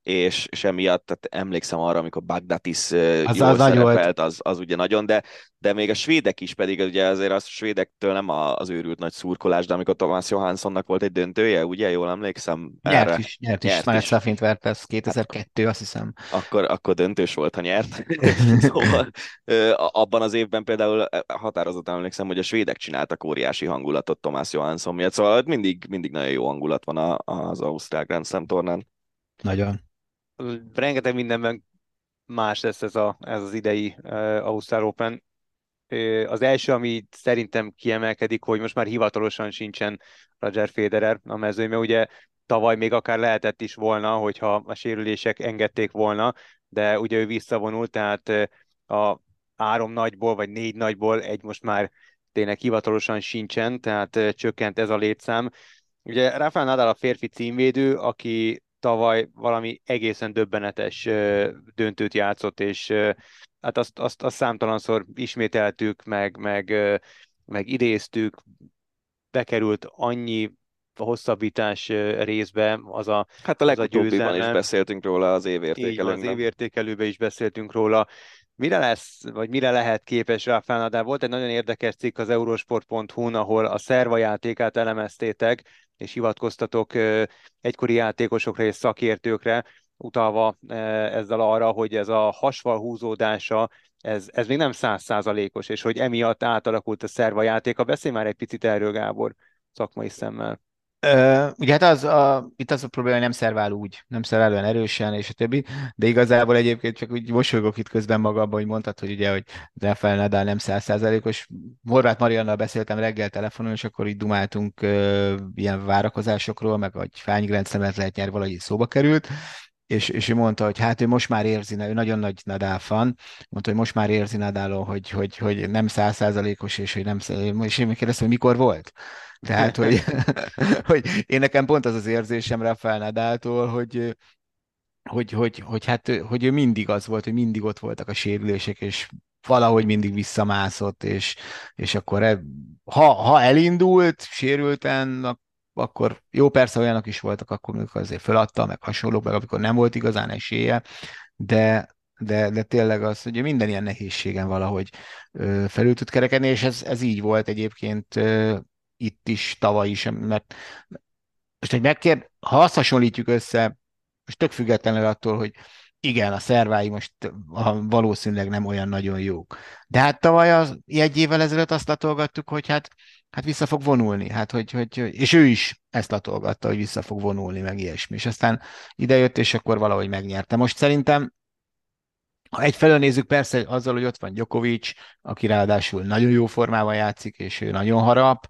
és emiatt tehát emlékszem arra, amikor Bagdatis jól Az nagy volt. szerepelt, az ugye nagyon, de még a svédek is pedig, ugye azért a svédektől nem az őrült nagy szurkolás, de amikor Thomas Johanssonnak volt egy döntője, ugye, jól emlékszem erre? Nyert is. Manet Safint verte, ez 2002, azt hiszem. Akkor döntős volt, ha nyert. Szóval abban az évben például határozottan emlékszem, hogy a svédek csináltak óriási hangulatot Thomas Johansson miatt, szóval mindig nagyon jó hangulat van az Ausztrál Grand Slam tornán. Nagyon. Rengeteg mindenben más lesz ez az idei Ausztrál Open. Az első, ami szerintem kiemelkedik, hogy most már hivatalosan sincsen Roger Federer a mezőny, mert ugye tavaly még akár lehetett is volna, hogyha a sérülések engedték volna, de ugye ő visszavonult, tehát a 3 nagyból, vagy 4 nagyból egy most már tényleg hivatalosan sincsen, tehát csökkent ez a létszám. Ugye Rafael Nadal a férfi címvédő, aki tavaly valami egészen döbbenetes döntőt játszott, és hát azt számtalanszor ismételtük, meg idéztük, bekerült annyi hosszabbítás részbe Hát a az a legutóbbiban is győzelme. beszéltünk róla az Így van, az évértékelőnkben. évértékelőben is beszéltünk róla. Mire lesz, vagy mire lehet képes Rafael Nadal? Volt egy nagyon érdekes cikk az eurosport.hu-n, ahol a szerva játékát elemeztétek, és hivatkoztatok egykori játékosokra és szakértőkre, utalva ezzel arra, hogy ez a hasval húzódása, ez még nem 100%-os, és hogy emiatt átalakult a szerva játéka. Beszélj már egy picit erről, Gábor, szakmai szemmel. Ugye hát itt az a probléma, hogy nem szervál olyan erősen, és a többi, de igazából egyébként csak úgy mosolygok itt közben magamban, hogy mondtad, hogy ugye, hogy Rafael Nadal nem 100%-os. Horváth Mariannal beszéltem reggel telefonon, és akkor így dumáltunk ilyen várakozásokról, meg hogy hány Grand Slamet lehet nyerni, valahogy szóba került, és ő mondta, hogy hát ő most már érzi, ő nagyon nagy Nadal fan, mondta, hogy most már érzi Nadalon, hogy nem 100%-os, és hogy nem, és én kérdeztem, hogy mikor volt? Tehát, hogy én nekem pont az érzésem Rafael Nadaltól, hogy ő mindig az volt, hogy mindig ott voltak a sérülések, és valahogy mindig visszamászott, és akkor ha elindult sérülten, akkor jó, persze olyanok is voltak, akkor azért föladta, meg hasonlók, meg amikor nem volt igazán esélye, de tényleg az, hogy minden ilyen nehézségen valahogy felül tud kerekedni, és ez így volt egyébként itt is, tavaly is, mert most, hogy ha azt hasonlítjuk össze, most tök függetlenül attól, hogy igen, a szervái most valószínűleg nem olyan nagyon jók. De hát tavaly egy évvel ezelőtt azt latolgattuk, hogy hát vissza fog vonulni, és ő is ezt latolgatta, hogy vissza fog vonulni, meg ilyesmi. És aztán idejött, és akkor valahogy megnyerte. Most szerintem, ha egyfelől nézzük, persze azzal, hogy ott van Djokovic, aki ráadásul nagyon jó formában játszik, és ő nagyon harap,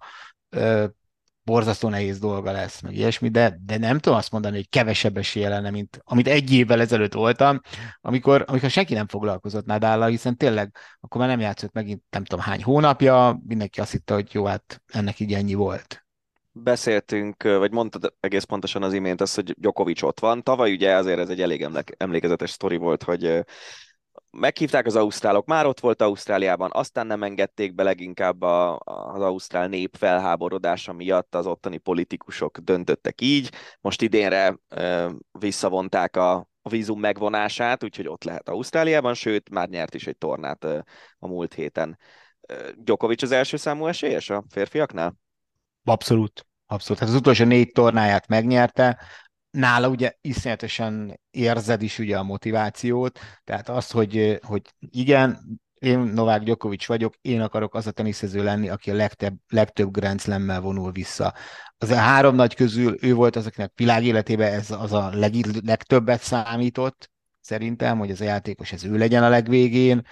borzasztó nehéz dolga lesz, meg ilyesmi, de nem tudom azt mondani, hogy kevesebb esélye lenne, mint amit egy évvel ezelőtt voltam, amikor senki nem foglalkozott Nadállal, hiszen tényleg akkor már nem játszott megint nem tudom hány hónapja, mindenki azt hitte, hogy jó, hát ennek így ennyi volt. Beszéltünk, vagy mondtad egész pontosan az imént azt, hogy Djokovic ott van. Tavaly ugye azért ez egy elég emlékezetes sztori volt, hogy meghívták az ausztrálok, már ott volt Ausztráliában, aztán nem engedték be leginkább az ausztrál nép felháborodása miatt, az ottani politikusok döntöttek így. Most idénre visszavonták a vízum megvonását, úgyhogy ott lehet Ausztráliában, sőt, már nyert is egy tornát a múlt héten. Djokovic az első számú esélyes a férfiaknál? Abszolút. Abszolút. Hát az utolsó 4 tornáját megnyerte, nála ugye iszonyatosan érzed is ugye a motivációt, tehát az, hogy igen, én Novák Djokovic vagyok, én akarok az a teniszező lenni, aki a legtöbb Grand Slammel vonul vissza. Az a 3 nagy közül ő volt az, akinek világéletében ez az a legtöbbet számított, szerintem, hogy ez a játékos, ez ő legyen a legvégén,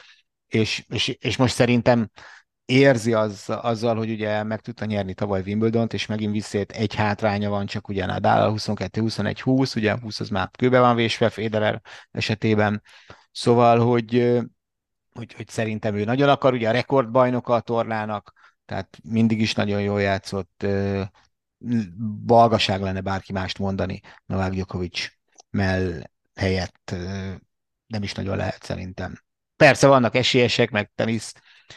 és most szerintem érzi azzal, hogy ugye meg tudta nyerni tavaly Wimbledont, és megint visszét egy hátránya van, csak ugye Nadal 22-21-20, ugye 20 az már kőbe van vésve Federer esetében, szóval, hogy szerintem ő nagyon akar, ugye a rekordbajnoka a tornának, tehát mindig is nagyon jól játszott, balgaság lenne bárki mást mondani Novák Djokovic helyett, nem is nagyon lehet szerintem. Persze vannak esélyesek, meg tenisz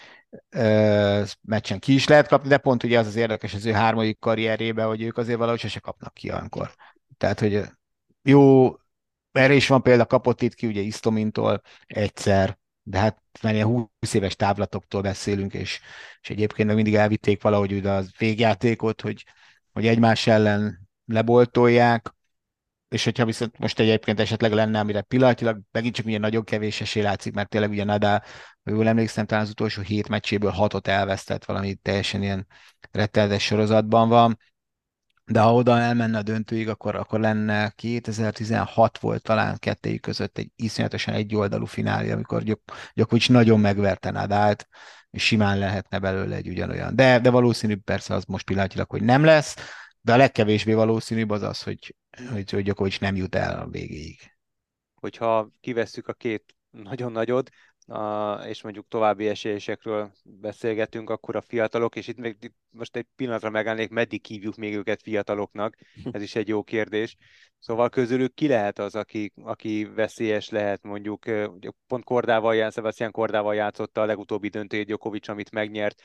meccsen ki is lehet kapni, de pont ugye az érdekes az ő harmadik karrierjében, hogy ők azért valahogy sose kapnak ki olyankor. Tehát, hogy jó, erre is van példa, kapott itt ki ugye Isztomintól egyszer, de hát már ilyen 20 éves távlatoktól beszélünk, és egyébként meg mindig elvitték valahogy ugye az végjátékot, hogy egymás ellen leboltolják, és hogyha viszont most egyébként esetleg lenne, amire pillanatilag megint csak ugye nagyon kevés esély látszik, mert tényleg ugye Nadal, ha jól emlékszem, talán az utolsó 7 meccséből 6-ot elvesztett, valami teljesen ilyen rettenetes sorozatban van, de ha oda elmenne a döntőig, akkor lenne 2016 volt talán kettőjük között egy iszonyatosan egyoldalú finálja, amikor Djokovic nagyon megverte Nadalt, és simán lehetne belőle egy ugyanolyan. De valószínű persze az most pillanatilag, hogy nem lesz, de a legkevésbé valószínűbb az az, hogy Djokovic nem jut el a végéig. Hogyha kivesszük a két nagyon nagyot, és mondjuk további esélyesekről beszélgetünk, akkor a fiatalok, és itt még most egy pillanatra megállnék, meddig hívjuk még őket fiataloknak, ez is egy jó kérdés. Szóval közülük ki lehet az, aki veszélyes lehet, mondjuk pont Sebastian Kordával játszotta a legutóbbi döntőjét Djokovic, amit megnyert,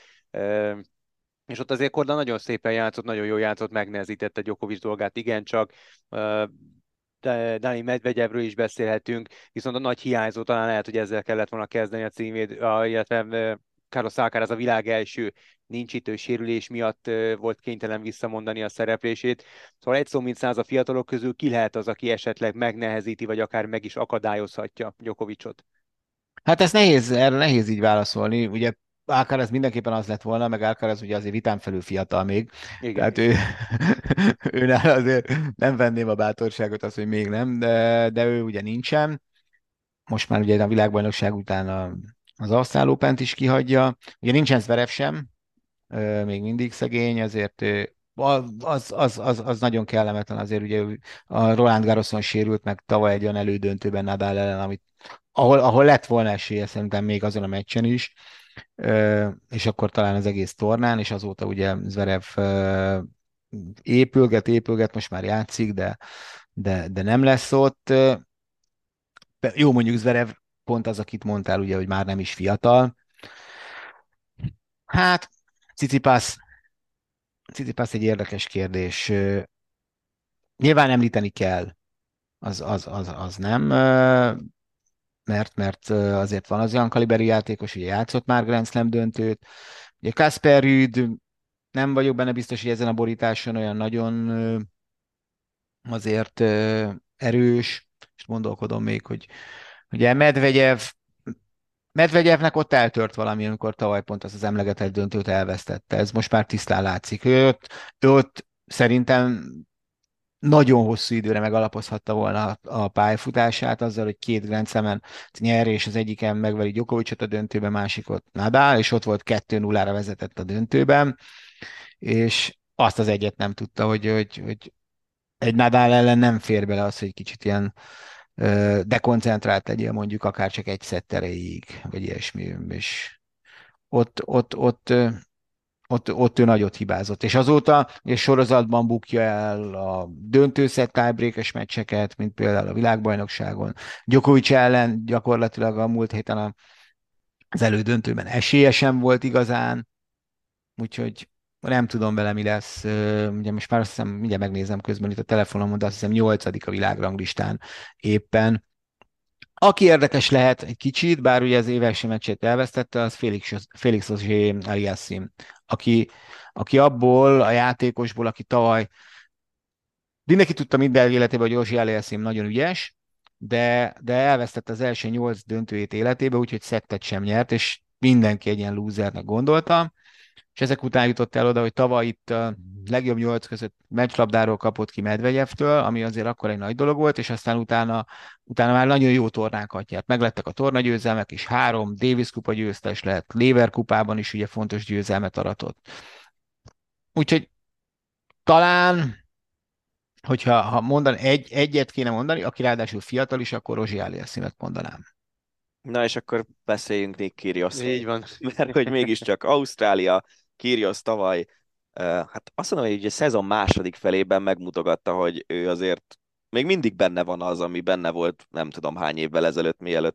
és ott azért Korda nagyon szépen játszott, nagyon jól játszott, megnehezítette Djokovic dolgát, igencsak. Dani Medvegyevről is beszélhetünk, viszont a nagy hiányzó talán lehet, hogy ezzel kellett volna kezdeni a címét, illetve Carlos Alcaraz a világ első, nincs itt, ő sérülés miatt volt kénytelen visszamondani a szereplését. Szóval egy szó mint száz a fiatalok közül ki lehet az, aki esetleg megnehezíti, vagy akár meg is akadályozhatja Djokovicot? Hát erre nehéz így válaszolni. Ugye Alcaraz mindenképpen az lett volna, meg Alcaraz ugye azért vitán felül fiatal még. Igen, Tehát igen. őnál azért nem venném a bátorságot azt, hogy még nem, de ő ugye nincsen. Most már ugye a világbajnokság után az Ausztrál Opent is kihagyja. Ugye nincsen Zverev sem, még mindig szegény, azért az nagyon kellemetlen, azért ugye a Roland Garroson sérült meg tavaly egy olyan elődöntőben Nadal ellen, ahol lett volna esélye szerintem még azon a meccsen is, és akkor talán az egész tornán, és azóta ugye Zverev épülget, most már játszik, de nem lesz ott. Jó, mondjuk Zverev pont az, akit mondtál, ugye, hogy már nem is fiatal. Hát, Tsitsipas egy érdekes kérdés. Nyilván említeni kell, az nem. mert azért van az olyan kaliberű játékos, hogy játszott már Grand Slam döntőt. Ugye Casper Ruud, nem vagyok benne biztos, hogy ezen a borításon olyan nagyon azért erős, és gondolkodom még, hogy ugye Medvegyevnek ott eltört valami, amikor tavaly pont az emlegetett döntőt elvesztette. Ez most már tisztán látszik. Ő ott szerintem nagyon hosszú időre megalapozhatta volna a pályafutását azzal, hogy két Grand Slam-en nyer, és az egyiken megveri Djokovicot a döntőben, másikot Nadal, és ott volt 2-0-ra vezetett a döntőben, és azt az egyet nem tudta, hogy egy Nadal ellen nem fér bele az, hogy kicsit ilyen dekoncentrált legyél mondjuk akár csak egy szett erejéig, vagy ilyesmi, és ott ő nagyot hibázott. És azóta és sorozatban bukja el a döntőszett tiebreakes meccseket, mint például a világbajnokságon. Djokovic ellen gyakorlatilag a múlt héten az elődöntőben esélye sem volt igazán, úgyhogy nem tudom vele, mi lesz. Ugye most már azt hiszem, mindjárt megnézem közben itt a telefonomon, de azt hiszem 8. a világranglistán éppen. Aki érdekes lehet egy kicsit, bár ugye az éves meccsét elvesztette, az Félix Auger-Aliassime, aki abból a játékosból, aki tavaly mindenki tudta minden életében, hogy Auger-Aliassime nagyon ügyes, de elvesztette az első 8 döntőjét életébe, úgyhogy szettet sem nyert, és mindenki egy ilyen lúzernek gondolta, és ezek után jutott el oda, hogy tavaly itt a legjobb 8 között meccslabdáról kapott ki Medvegyevtől, ami azért akkor egy nagy dolog volt, és aztán utána már nagyon jó tornákat nyert. Meglettek a tornagyőzelmek, és 3 Davis kupa győztes lett, Lever kupában is ugye fontos győzelmet aratott. Úgyhogy talán, hogyha egyet kéne mondani, aki ráadásul fiatal is, akkor Rozsi Aliassimet mondanám. Na és akkor beszéljünk Nick Kyrgiosról. Így van. Mert hogy mégiscsak Ausztrália, Kyrgios tavaly, hát azt mondom, hogy ugye a szezon második felében megmutogatta, hogy ő azért még mindig benne van az, ami benne volt nem tudom hány évvel ezelőtt,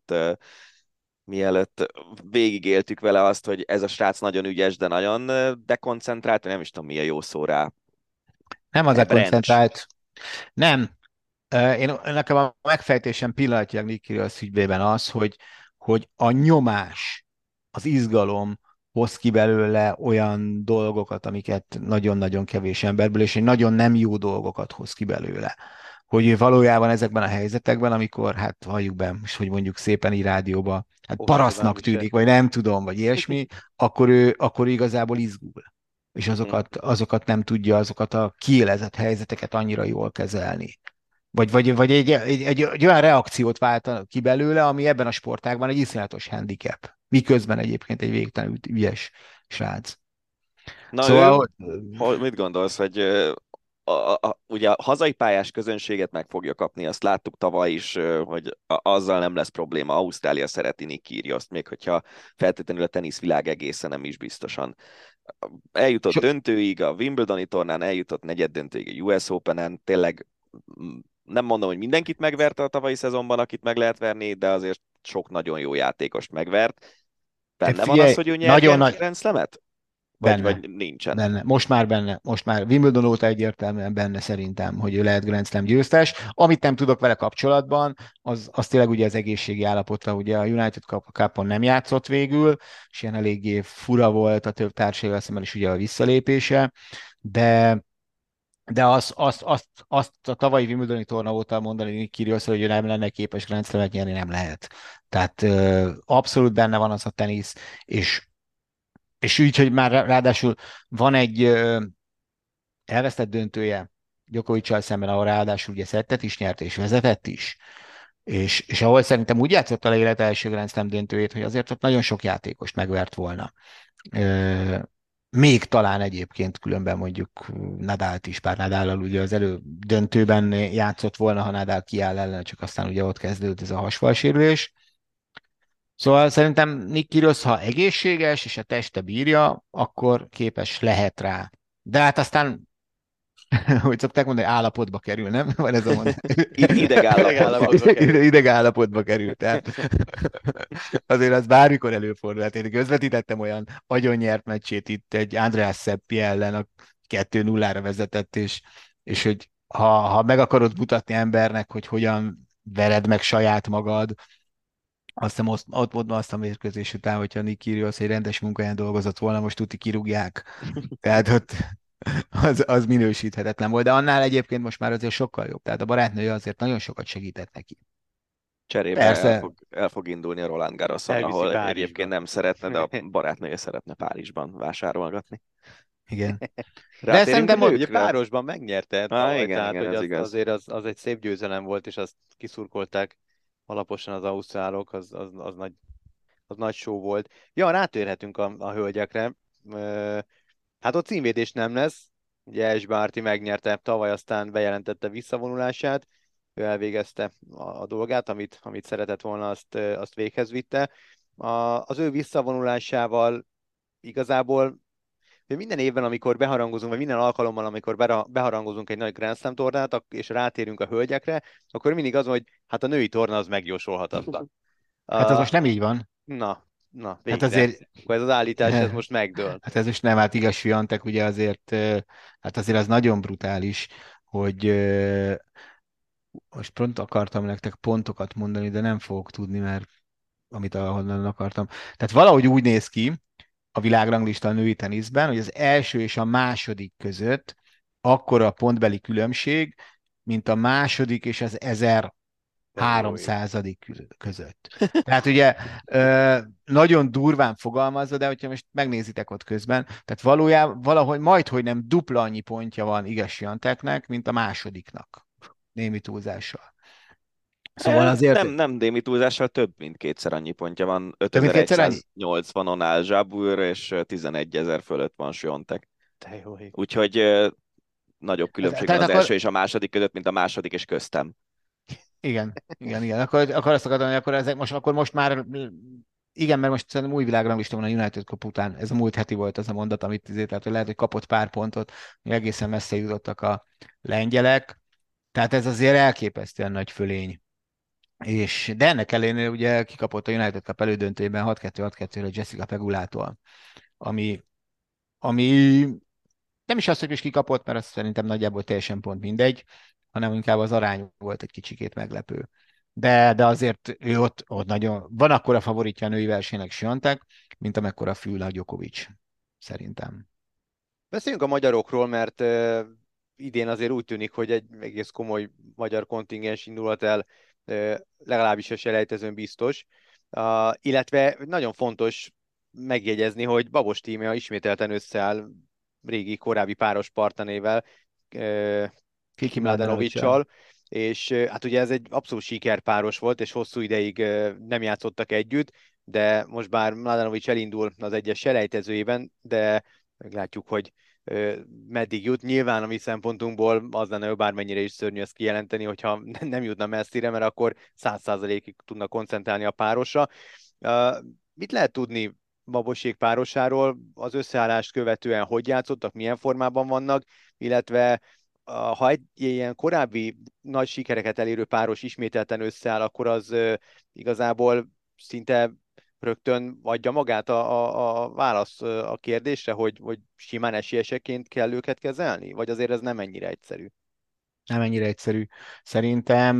mielőtt végigéltük vele azt, hogy ez a srác nagyon ügyes, de nagyon dekoncentrált, nem is tudom mi a jó szó rá. Nem az a Ebrencs. koncentrált. Nem. Nekem a megfejtésem pillanatnyilag Nick Kyrgios ügyében az, hogy a nyomás, az izgalom hoz ki belőle olyan dolgokat, amiket nagyon-nagyon kevés emberből, és egy nagyon nem jó dolgokat hoz ki belőle. Hogy ő valójában ezekben a helyzetekben, amikor, hát halljuk be, most, hogy mondjuk szépen így rádióba, hát parasztnak tűnik, vagy nem tudom, vagy ilyesmi, akkor ő igazából izgul. És azokat nem tudja, azokat a kiélezett helyzeteket annyira jól kezelni. Vagy egy olyan reakciót vált ki belőle, ami ebben a sportágban egy iszonyatos handicap. Miközben egyébként egy végtelenül ügyes srác. Na Szóval, mit gondolsz, hogy ugye a hazai pályás közönséget meg fogja kapni, azt láttuk tavaly is, hogy azzal nem lesz probléma. Ausztrália szereti Nick Kyrgiost, még hogyha feltétlenül a teniszvilág egészen nem is biztosan. Eljutott döntőig a Wimbledoni tornán, eljutott negyeddöntőig a US Openen, tényleg nem mondom, hogy mindenkit megverte a tavalyi szezonban, akit meg lehet verni, de azért sok nagyon jó játékost megvert. Benne van az, hogy ő nyerjen Grand Slamet? Vagy nincsen? Benne. Most már Wimbledon óta egyértelműen benne szerintem, hogy ő lehet Grand Slam győztes. Amit nem tudok vele kapcsolatban, az tényleg ugye az egészségi állapota, ugye a United Cup-on nem játszott végül, és ilyen eléggé fura volt a több társasággal szemben is ugye a visszalépése, de azt a tavalyi Wimbledoni torna óta mondani Nick Kyrgiosról, hogy ő nem lenne képes Grand Slamet nyerni, nem lehet. Tehát abszolút benne van az a tenisz, és úgy, hogy már ráadásul van egy elvesztett döntője Djokoviccal szemben, ahol ráadásul ugye szettet is nyert, és vezetett is, és ahol szerintem úgy játszotta le élet első Grand Slam döntőjét, hogy azért ott nagyon sok játékost megvert volna. Még talán egyébként különben mondjuk Nadált is, bár Nadállal ugye az elődöntőben játszott volna, ha Nadal kiáll ellen, csak aztán ugye ott kezdődött ez a hasfalsérülés. Szóval szerintem Nick Kyrgios, ha egészséges és a teste bírja, akkor képes lehet rá. De hát aztán, hogy szokták mondani, állapotba kerül, nem? Van ez a mondás. Ideg állapotba kerül. Tehát azért az bármikor előfordul. Hát én közvetítettem olyan agyonnyert meccsét itt egy Andreas Seppi ellen, a 2-0-ra vezetett, és hogy ha meg akarod mutatni embernek, hogy hogyan vered meg saját magad, Azt hiszem, ott azt a mérkőzés után, hogyha Nick Kyrgios egy rendes munkáján dolgozott volna, most tuti kirúgják. Tehát ott az minősíthetetlen volt, de annál egyébként most már azért sokkal jobb. Tehát a barátnője azért nagyon sokat segített neki. Cserébe Persze, el fog indulni a Roland Garroson, Elviszi ahol Párizsba. egyébként nem szeretne, de a barátnője szeretne Párizsban vásárolgatni. igen. De Rátérünk a szerintem Ugye nőkre? párosban megnyerte tavaly, Igen, tehát igen, hogy ez igaz. azért az egy szép győzelem volt, és azt kiszurkolták alaposan az ausztrálok, az nagy show volt. Ja, rátérhetünk a hölgyekre. Ö, Hát ott címvédés nem lesz. Ugye Ash Barty megnyerte tavaly, aztán bejelentette visszavonulását. Ő elvégezte a dolgát, amit szeretett volna, azt véghez vitte. Az ő visszavonulásával igazából minden évben, amikor beharangozunk, vagy minden alkalommal, amikor beharangozunk egy nagy Grand Slam tornát, és rátérünk a hölgyekre, akkor mindig az, hogy hát a női torna az megjósolhatatlan. hát az Uh, most nem így van. na, Hát végre. azért, Akkor ez az állítás, ez most megdől. hát ez most nem, hát igaz, Swiatek ugye azért, hát azért az nagyon brutális, hogy most pont akartam nektek pontokat mondani, de nem fogok tudni, mert amit ahonnan akartam. Tehát valahogy úgy néz ki a világranglista a női teniszben, hogy az első és a második között akkora a pontbeli különbség, mint a második és az De jó ég. 1300. között. Tehát ugye nagyon durván fogalmazza, de hogyha most megnézitek ott közben, tehát valójában valahogy majdhogy nem dupla annyi pontja van igaz Swiateknek, mint a másodiknak. Némi túlzással. Szóval azért Nem Démi túlzással több mint kétszer annyi pontja van. több mint kétszer annyi? 5180-on áll Zsábúr, és 11 000 fölött van Swiatek. De jó ég. Úgyhogy nagyobb különbség van Tehát az akkor, első és a második között, mint a második és köztem. igen. Akkor azt akartam, hogy akkor most már igen, mert most szerintem új világranglista van a United Cup után. Ez a múlt heti volt az a mondat, amit tehát hogy lehet, hogy kapott pár pontot, hogy egészen messze jutottak a lengyelek. Tehát ez azért elképesztően nagy fölény. De ennek ellenére ugye kikapott a United Cup elődöntőjében 6-2-6-2-re Jessica Pegulától, ami nem is az, hogy is kikapott, mert azt szerintem nagyjából teljesen pont mindegy, hanem inkább az arány volt egy kicsikét meglepő. De azért ő ott nagyon, van akkora favoritja a női versenynek Swiatek, mint amekkora fül a Djokovic, szerintem. Beszéljünk a magyarokról, mert idén azért úgy tűnik, hogy egy egész komoly magyar kontingens indulhat el, legalábbis a selejtezőn biztos. Illetve nagyon fontos megjegyezni, hogy Babos tímja ismételten összeáll régi, korábbi páros partnerével, Kiki Kiki Mladenovic-sal. Mladenovic-sal, és hát ugye ez egy abszolút sikerpáros volt, és hosszú ideig nem játszottak együtt, de most bár Mladenovic elindul az egyes selejtezőjében, de meglátjuk, hogy meddig jut. Nyilván a mi szempontunkból az lenne, hogy bármennyire is szörnyű ezt kijelenteni, hogyha nem jutna messzire, mert akkor 100%-ig tudna koncentrálni a párosra. Mit lehet tudni Babosék párosáról, az összeállást követően hogy játszottak, milyen formában vannak, illetve ha egy ilyen korábbi nagy sikereket elérő páros ismételten összeáll, akkor az igazából szinte rögtön adja magát a válasz a kérdésre, hogy simán esélyeseként kell őket kezelni? Vagy azért ez nem ennyire egyszerű? Nem ennyire egyszerű. Szerintem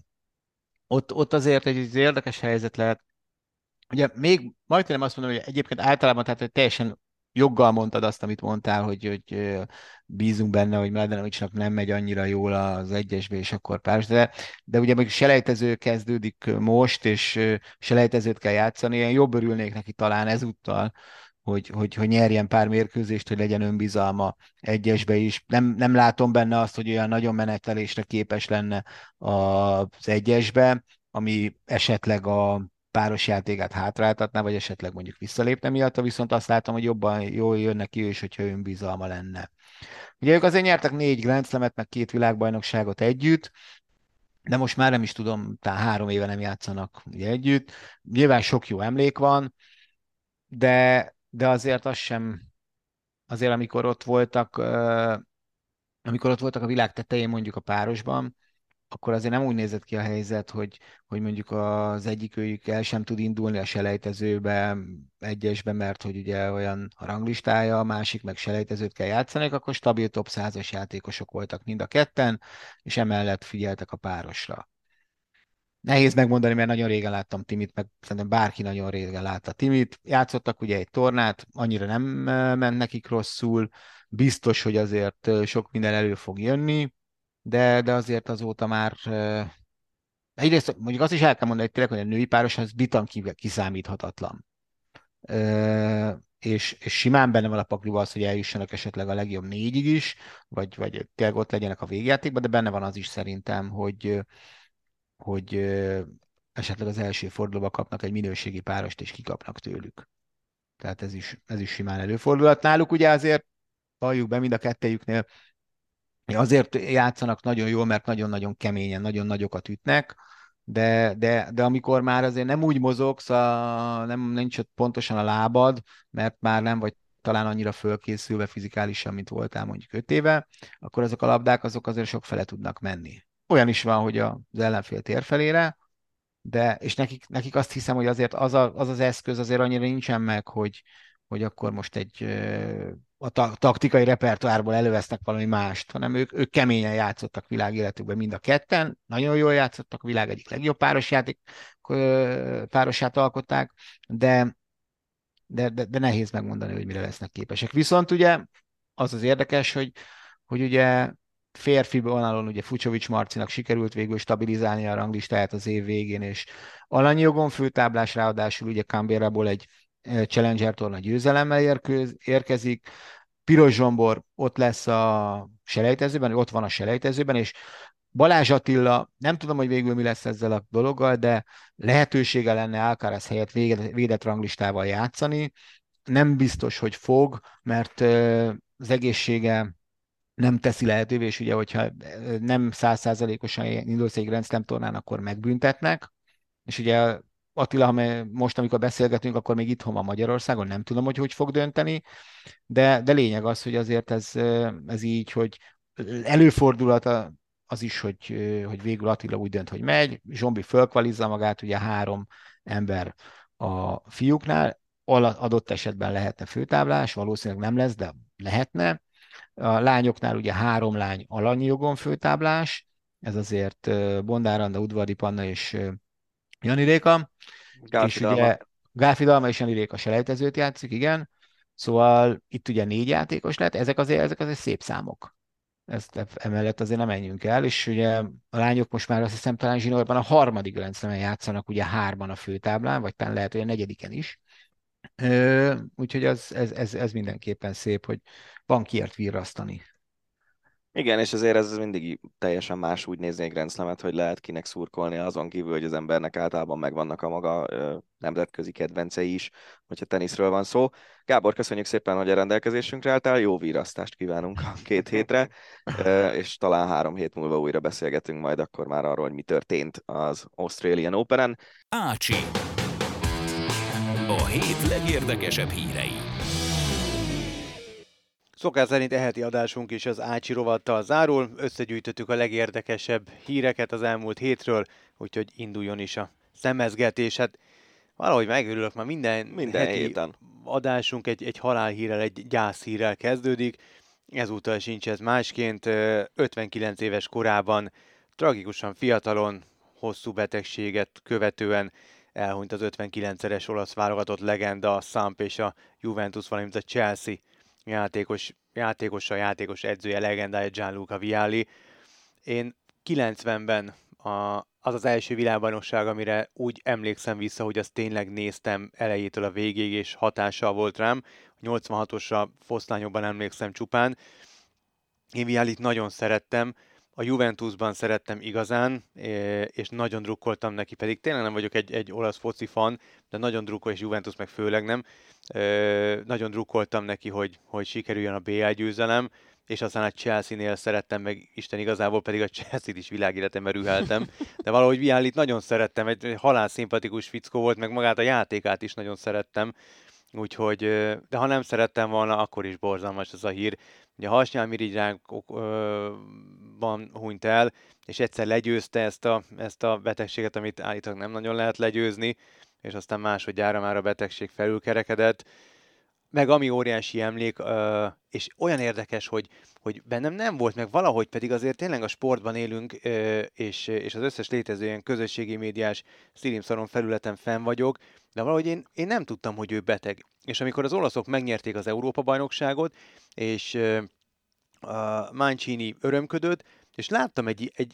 ott azért egy érdekes helyzet lehet. Ugye még majdnem azt mondom, hogy egyébként általában tehát, hogy teljesen joggal mondtad azt, amit mondtál, hogy bízunk benne, hogy Mladenovicsnak nem megy annyira jól az egyesbe, és akkor páros, de ugye még selejtező kezdődik most, és selejtezőt kell játszani, én jobb örülnék neki talán ezúttal, hogy nyerjen pár mérkőzést, hogy legyen önbizalma egyesbe is. Nem látom benne azt, hogy olyan nagyon menetelésre képes lenne az egyesbe, ami esetleg a páros játékát hátráltatná, vagy esetleg mondjuk visszalépne miatta, viszont azt látom, hogy jobban jól jön neki ő is, hogyha önbizalma lenne. Ugye ők azért nyertek 4 Grand Slamet, meg 2 világbajnokságot együtt, de most már nem is tudom, talán 3 éve nem játszanak ugye együtt. Nyilván sok jó emlék van, de azért az sem, azért amikor ott voltak a világ tetején mondjuk a párosban, akkor azért nem úgy nézett ki a helyzet, hogy mondjuk az egyikőjük el sem tud indulni a selejtezőbe, egyesbe, mert hogy ugye olyan a ranglistája, a másik meg selejtezőt kell játszani, akkor stabil top 100-as játékosok voltak mind a ketten, és emellett figyeltek a párosra. Nehéz megmondani, mert nagyon régen láttam Timit, meg szerintem bárki nagyon régen látta Timit. Játszottak ugye egy tornát, annyira nem ment nekik rosszul, biztos, hogy azért sok minden elő fog jönni, de azért azóta már egyrészt mondjuk azt is el kell mondani, hogy tényleg, hogy a női páros az bitan kiszámíthatatlan. És simán benne van a pakliba az, hogy eljussanak esetleg a legjobb négyig is, vagy tényleg ott legyenek a végjátékban, de benne van az is szerintem, hogy esetleg az első fordulóban kapnak egy minőségi párost, és kikapnak tőlük. Tehát ez is simán előfordulhat. Náluk ugye azért, valljuk be mind a kettejüknél, azért játszanak nagyon jól, mert nagyon-nagyon keményen, nagyon nagyokat ütnek, de amikor már azért nem úgy mozogsz, nincs ott pontosan a lábad, mert már nem vagy talán annyira fölkészülve fizikálisan, mint voltál mondjuk 5 éve, akkor azok a labdák azok azért sok fele tudnak menni. Olyan is van, hogy az ellenfél tér felére, és nekik azt hiszem, hogy azért az eszköz azért annyira nincsen meg, hogy akkor most a taktikai repertoárból elővesznek valami mást, hanem ők keményen játszottak világéletükben mind a ketten, nagyon jól játszottak, a világ egyik legjobb párosát alkották, de nehéz megmondani, hogy mire lesznek képesek. Viszont ugye az érdekes, hogy ugye férfi vonalon ugye Fucsovics Marcinak sikerült végül stabilizálni a ranglistáját az év végén, és alanyi jogon főtáblás, ráadásul ugye Canberrából egy Challenger torna győzelemmel érkezik. Piros Zsombor ott lesz a selejtezőben, ott van a selejtezőben, és Balázs Attila, nem tudom, hogy végül mi lesz ezzel a dologgal, de lehetősége lenne Alcaraz helyett védett ranglistával játszani. Nem biztos, hogy fog, mert az egészsége nem teszi lehetővé, és ugye, hogyha nem 100%-osan indulsz egy Grand Slam tornán, akkor megbüntetnek, és ugye Attila, most, amikor beszélgetünk, akkor még itthon van Magyarországon, nem tudom, hogy fog dönteni, de lényeg az, hogy azért ez így, hogy előfordulhat az is, hogy végül Attila úgy dönt, hogy megy, Zsombi fölkvalizza magát, ugye 3 ember a fiúknál, adott esetben lehetne főtáblás, valószínűleg nem lesz, de lehetne. A lányoknál ugye 3 lány alanyi jogon főtáblás, ez azért Bondár Anna, Udvardi Panna és Jani Réka, és ugye Gálfi Dalma és Jani Réka selejtezőt játszik, igen. Szóval itt ugye 4 játékos lett, ezek azért szép számok. Emellett azért nem menjünk el, és ugye a lányok most már azt hiszem talán zsinórban a 3. Grand Slamen játszanak, ugye 3-an a főtáblán, vagy talán lehet, hogy a 4. is. Úgyhogy ez mindenképpen szép, hogy van kiért virrasztani. Igen, és azért ez mindig teljesen más úgy nézni egy Grand Slamet, hogy lehet kinek szurkolni, azon kívül, hogy az embernek általában megvannak a maga nemzetközi kedvencei is, hogyha teniszről van szó. Gábor, köszönjük szépen, hogy a rendelkezésünkre álltál, jó virrasztást kívánunk a 2 hétre, és talán 3 hét múlva újra beszélgetünk majd akkor már arról, hogy mi történt az Australian Openen. Ácsi. A hét legérdekesebb hírei. Szokás szerint heti adásunk is az Ácsi rovattal zárul, összegyűjtöttük a legérdekesebb híreket az elmúlt hétről, úgyhogy induljon is a szemezgetés. Hát valahogy megörülök, már minden heti héten adásunk egy halálhírrel, egy gyászhírrel kezdődik. Ezúttal sincs ez másként. 59 éves korában, tragikusan fiatalon, hosszú betegséget követően elhunyt az 59-es olasz válogatott legenda, a Samp és a Juventus, valamint a Chelsea játékos edzője, legendája Gianluca Vialli. Én 90-ben az első világbajnokság, amire úgy emlékszem vissza, hogy azt tényleg néztem elejétől a végéig, és hatással volt rám. 86-osra foszlányokban emlékszem csupán. Én Viallit nagyon szerettem, a Juventusban szerettem igazán, és nagyon drukkoltam neki, pedig tényleg nem vagyok egy olasz foci fan, de nagyon drukkol, és Juventus meg főleg nem. Nagyon drukkoltam neki, hogy sikerüljön a BL győzelem, és aztán a Chelsea-nél szerettem meg, Isten igazából pedig a Chelsea-t is világéletemben rüheltem, de valahogy Viallit nagyon szerettem, egy halálszimpatikus fickó volt, meg magát a játékát is nagyon szerettem, úgyhogy, de ha nem szerettem volna, akkor is borzalmas ez a hír. Ugye a hasnyálmirigyrákban hunyt el, és egyszer legyőzte ezt a betegséget, amit állítólag nem nagyon lehet legyőzni, és aztán másodjára már a betegség felülkerekedett. meg ami óriási emlék, és olyan érdekes, hogy bennem nem volt, meg valahogy pedig azért tényleg a sportban élünk, és az összes létező ilyen közösségi médiás streamszoron felületen fenn vagyok, de valahogy én nem tudtam, hogy ő beteg. És amikor az olaszok megnyerték az Európa-bajnokságot, és Mancini örömködött, és láttam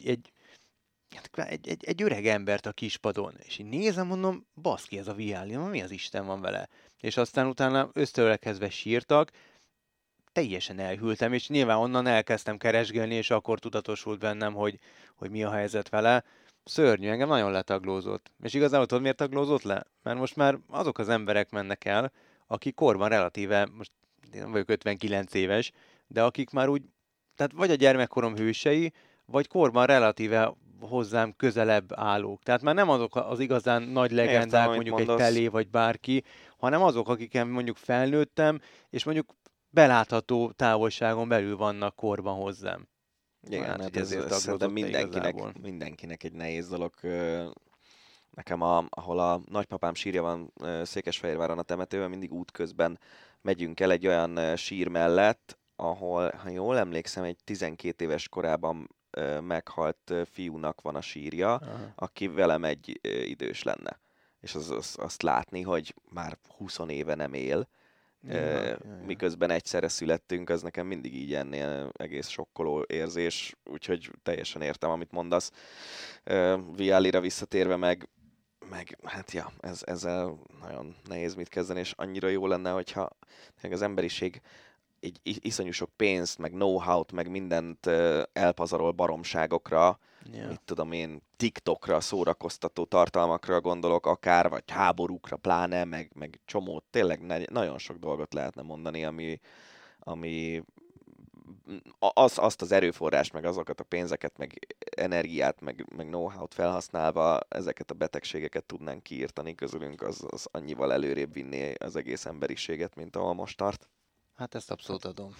egy öreg embert a kispadon, és én nézem, mondom, baszki, ez a Vialli, mi az Isten van vele? És aztán utána ösztőre kezdve sírtak, teljesen elhűltem, és nyilván onnan elkezdtem keresgélni, és akkor tudatosult bennem, hogy mi a helyzet vele. Szörnyű, engem nagyon letaglózott. És igazából tudod, miért taglózott le? Mert most már azok az emberek mennek el, akik korban relatíve, most én nem vagyok 59 éves, de akik már úgy, tehát vagy a gyermekkorom hősei, vagy korban relatíve hozzám közelebb állók. Tehát már nem azok az igazán nagy legendák, mondjuk egy Pelé vagy bárki, hanem azok, akiken mondjuk felnőttem, és mondjuk belátható távolságon belül vannak korban hozzám. Igen, hát ez szerintem mindenkinek egy nehéz dolog. Nekem, ahol a nagypapám sírja van Székesfehérváron a temetőben, mindig útközben megyünk el egy olyan sír mellett, ahol, ha jól emlékszem, egy 12 éves korában meghalt fiúnak van a sírja, aki velem egy idős lenne. És azt látni, hogy már 20 éve nem él, miközben egyszerre születtünk, az nekem mindig így ennél egész sokkoló érzés, úgyhogy teljesen értem, amit mondasz. Viallira visszatérve meg hát ja, ezzel nagyon nehéz mit kezdeni, és annyira jó lenne, hogyha az emberiség egy iszonyú sok pénzt, meg know-how-t, meg mindent elpazarol baromságokra, mit tudom én, TikTokra, szórakoztató tartalmakra gondolok akár, vagy háborúkra pláne, meg csomó, tényleg nagyon sok dolgot lehetne mondani, ami azt az erőforrást, meg azokat a pénzeket, meg energiát, meg know-how-t felhasználva ezeket a betegségeket tudnánk kiírtani közülünk, az annyival előrébb vinné az egész emberiséget, mint ahol most tart. Hát ezt abszolút adom.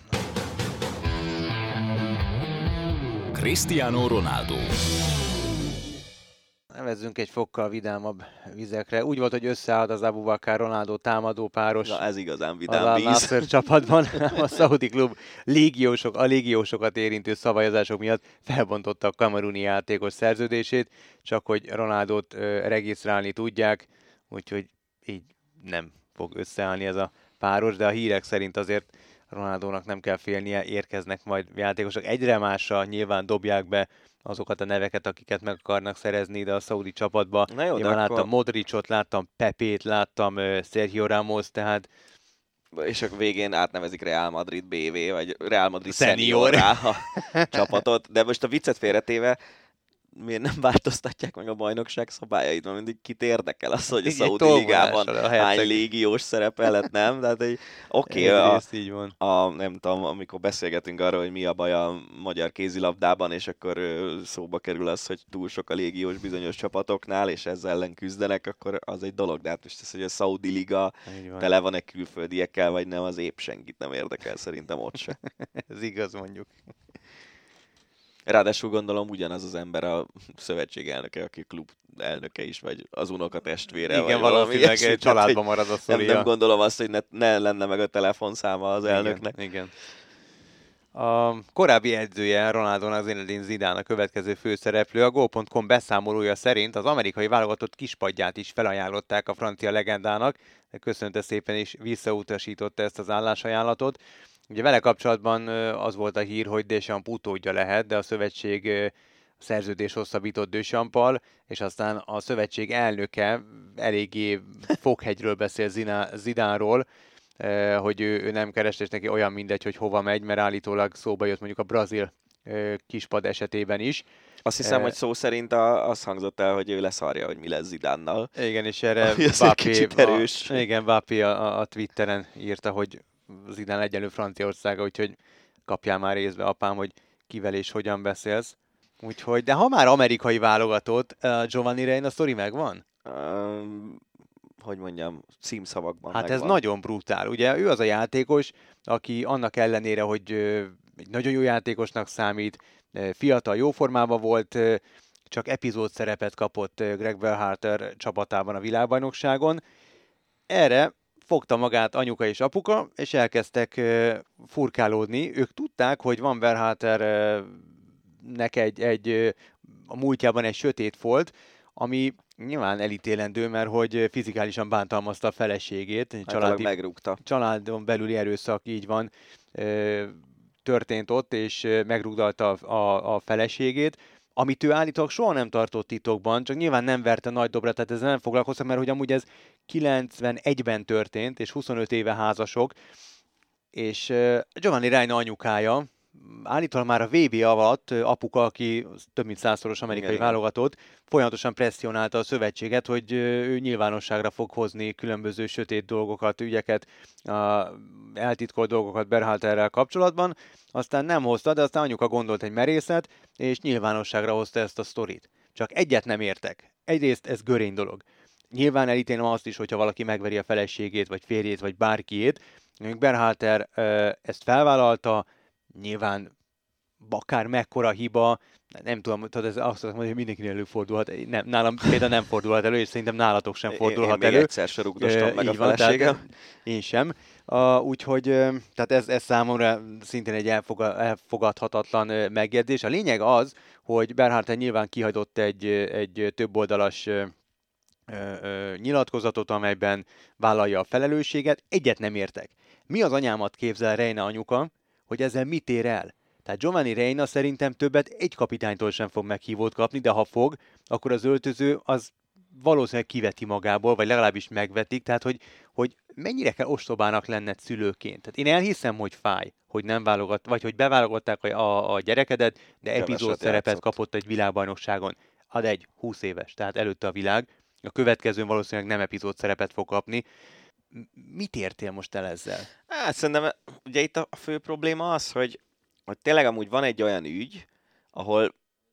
Cristiano Ronaldo. Nevezzünk egy fokkal vidámabb vizekre. Úgy volt, hogy összeállt az Abu Bakar Ronaldo támadó páros. Na ez igazán vidám víz. Az Al-Nassr csapatban a szaudi klub a légiósokat érintő szabályozások miatt felbontotta a kameruni játékos szerződését, csak hogy Ronaldót regisztrálni tudják, úgyhogy így nem fog összeállni ez a páros, de a hírek szerint azért Ronaldónak nem kell félnie, érkeznek majd játékosok. Egyre másra nyilván dobják be azokat a neveket, akiket meg akarnak szerezni ide a szaudi csapatba. Na jó, én már láttam Modricot, láttam Pepét, láttam Sergio Ramos, tehát... És a végén átnevezik Real Madrid BV, vagy Real Madrid Seniorrá a csapatot. De most a viccet félretéve, miért nem változtatják meg a bajnokság szabályait? Mert mindig kit érdekel az, hogy a Szaudi Ligában hány légiós szerepelhet, nem? Tehát így van. Nem tudom, amikor beszélgetünk arról, hogy mi a baj a magyar kézilabdában, és akkor szóba kerül az, hogy túl sok a légiós bizonyos csapatoknál, és ezzel ellen küzdenek, akkor az egy dolog. De hát most ez, hogy a Szaudi Liga tele van-e külföldiekkel, vagy nem, az épp senkit nem érdekel, szerintem ott se. Ez igaz, mondjuk. Ráadásul gondolom ugyanaz az ember a szövetség elnöke, aki klub elnöke is, vagy az unokatestvére. Igen, valószínűleg családban marad a sztoria. Nem gondolom azt, hogy ne lenne meg a telefonszáma az elnöknek. Igen. A korábbi edzője Ronaldónak, Zinedine Zidane a következő főszereplő. A Goal.com beszámolója szerint az amerikai válogatott kispadját is felajánlották a francia legendának, de köszönte szépen is visszautasította ezt az állásajánlatot. Ugye vele kapcsolatban az volt a hír, hogy Deschamps utódja lehet, de a szövetség szerződés hosszabbított Deschamps-al, és aztán a szövetség elnöke eléggé foghegyről beszél Zidane-ról, hogy ő nem keres, és neki olyan mindegy, hogy hova megy, mert állítólag szóba jött mondjuk a brazil kispad esetében is. Azt hiszem, hogy szó szerint az hangzott el, hogy ő leszarja, hogy mi lesz Zidane-nal. Igen, és erre Mbappé a Twitteren írta, hogy Zidane egyenlő Franciaországa, úgyhogy kapjál már részbe, apám, hogy kivel és hogyan beszélsz. Úgyhogy, de ha már amerikai válogatott, Giovanni Reina sztori megvan? Hogy mondjam, címszavakban hát megvan. Ez nagyon brutál. Ugye ő az a játékos, aki annak ellenére, hogy egy nagyon jó játékosnak számít, fiatal, jó formában volt, csak epizód szerepet kapott Greg Berhalter csapatában a világbajnokságon. Erre fogta magát anyuka és apuka, és elkezdtek furkálódni. Ők tudták, hogy Van Berhalternek a múltjában egy sötét folt, ami nyilván elítélendő, mert hogy fizikálisan bántalmazta a feleségét. Megrúgta. Családon belüli erőszak, így van, történt ott, és megrúgdalta a feleségét, amit ő állítólag soha nem tartott titokban, csak nyilván nem verte nagy dobra, tehát ezzel nem foglalkoztak, mert hogy amúgy ez 91-ben történt, és 25 éve házasok, és Giovanni Reina anyukája, állítólag már a VB alatt apuka, aki több mint 100-szoros amerikai válogatott, folyamatosan presszionálta a szövetséget, hogy ő nyilvánosságra fog hozni különböző sötét dolgokat, ügyeket, eltitkolt dolgokat Berhalterrel kapcsolatban. Aztán nem hozta, de aztán anyuka gondolt egy merészet, és nyilvánosságra hozta ezt a sztorit. Csak egyet nem értek. Egyrészt ez görény dolog. Nyilván elítélem azt is, hogyha valaki megveri a feleségét, vagy férjét, vagy bárkiét. Berhalter ezt felvállalta, nyilván akár mekkora hiba, nem tudom, tehát ez azt mondom, hogy mindenkinek előfordulhat. Nem, nálam például nem fordulhat elő, és szerintem nálatok sem fordulhat elő. Én még egyszer se rúgdostam meg a feleségem. Én sem. Úgyhogy tehát ez számomra szintén egy elfogadhatatlan megjegyzés. A lényeg az, hogy Berhalter nyilván kihagyott egy többoldalas nyilatkozatot, amelyben vállalja a felelősséget. Egyet nem értek. Mi az anyámat képzel Reina anyuka, hogy ezzel mit ér el? Tehát Giovanni Reina szerintem többet egy kapitánytól sem fog meghívót kapni, de ha fog, akkor az öltöző az valószínűleg kiveti magából, vagy legalábbis megvetik, tehát hogy mennyire kell ostobának lenned szülőként. Tehát én elhiszem, hogy fáj, hogy nem válogat, vagy hogy beválogatták a gyerekedet, de epizód szerepet kapott egy világbajnokságon. Ad egy 20 éves, tehát előtte a világ. A következőn valószínűleg nem epizód szerepet fog kapni. Mit értél most el ezzel? Hát szerintem ugye itt a fő probléma az, hogy tényleg amúgy van egy olyan ügy, ahol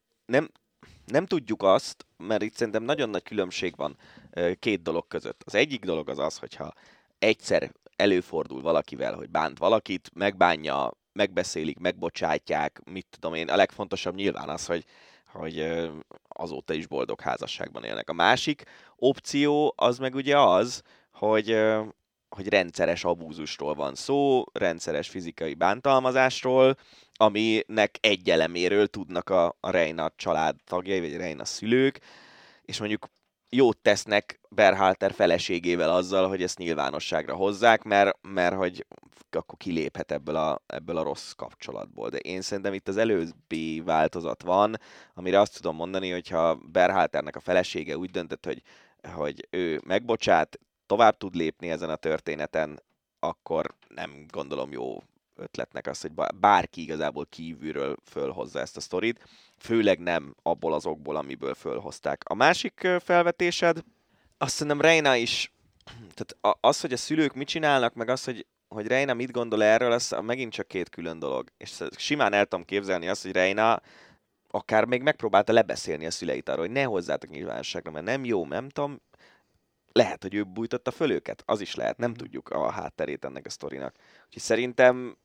nem tudjuk azt, mert itt szerintem nagyon nagy különbség van két dolog között. Az egyik dolog az az, hogyha egyszer előfordul valakivel, hogy bánt valakit, megbánja, megbeszélik, megbocsátják, mit tudom én. A legfontosabb nyilván az, hogy azóta is boldog házasságban élnek. A másik opció az meg ugye az, hogy rendszeres abúzusról van szó, rendszeres fizikai bántalmazásról, aminek egy eleméről tudnak a Reina család tagjai, vagy Reina szülők, és mondjuk jót tesznek Berhalter feleségével azzal, hogy ezt nyilvánosságra hozzák, mert hogy akkor kiléphet ebből a rossz kapcsolatból. De én szerintem itt az előbbi változat van, amire azt tudom mondani, hogyha Berhalternek a felesége úgy döntött, hogy ő megbocsát, tovább tud lépni ezen a történeten, akkor nem gondolom jó ötletnek az, hogy bárki igazából kívülről fölhozza ezt a sztorit, főleg nem abból az okból, amiből fölhozták. A másik felvetésed, azt szerintem Reina is, tehát az, hogy a szülők mit csinálnak, meg az, hogy Reina mit gondol erről, az megint csak két külön dolog. És simán el tudom képzelni azt, hogy Reina akár még megpróbálta lebeszélni a szüleit arról, hogy ne hozzátok nyilvánosságra, mert nem jó, nem tudom. Lehet, hogy ő bújtotta föl őket, az is lehet, nem tudjuk a hátterét ennek a sztorinak. Úgyhogy szerintem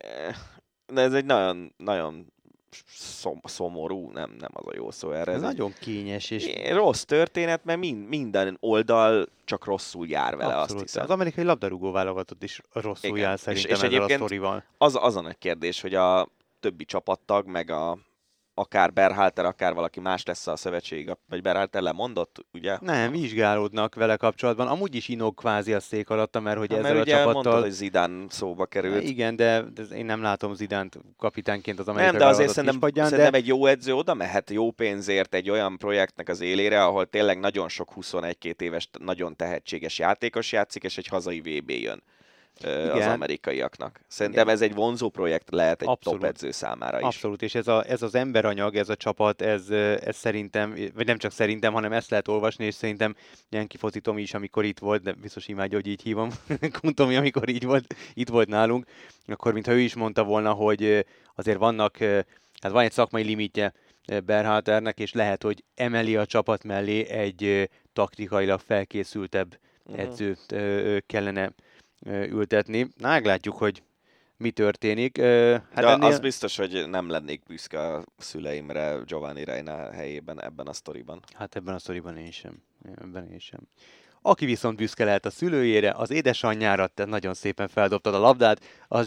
ez egy nagyon, nagyon szomorú, nem az a jó szó erre. Ez nagyon kényes és rossz történet, mert minden oldal csak rosszul jár vele, abszolút. azt hiszem. Az amerikai labdarúgó válogatott is rosszul jár szerintem és ezzel a sztorival. Az a nagy kérdés, hogy a többi csapattag, meg akár Berhalter, akár valaki más lesz a szövetség, vagy Berhalter lemondott, ugye? Nem, vizsgálódnak vele kapcsolatban. Amúgy is inog kvázi a szék alatta, mert hogy ezzel mert a ugye csapattal... mondtad, hogy Zidane szóba került. Igen, de én nem látom Zidánt kapitányként az amerikai nem, de azért válogatott szerintem egy jó edző oda mehet jó pénzért egy olyan projektnek az élére, ahol tényleg nagyon sok 21-22 éves, nagyon tehetséges játékos játszik, és egy hazai VB jön az amerikaiaknak. Szerintem ez egy vonzó projekt lehet egy top edző számára is. Abszolút, és ez az emberanyag, ez a csapat, ez szerintem, vagy nem csak szerintem, hanem ezt lehet olvasni, és szerintem Jenki Foci Tomi is, amikor itt volt, de biztos imádja, hogy így hívom, Kuntomi, amikor itt volt nálunk, akkor mintha ő is mondta volna, hogy azért van egy szakmai limitje Berhalternek, és lehet, hogy emeli a csapat mellé egy taktikailag felkészültebb edzőt kellene ültetni. Meglátjuk, hogy mi történik. De az biztos, hogy nem lennék büszke a szüleimre Giovanni Reina helyében ebben a sztoriban. Hát ebben a sztoriban én sem. Aki viszont büszke lehet a szülőjére, az édesanyjára, te nagyon szépen feldobtad a labdát, az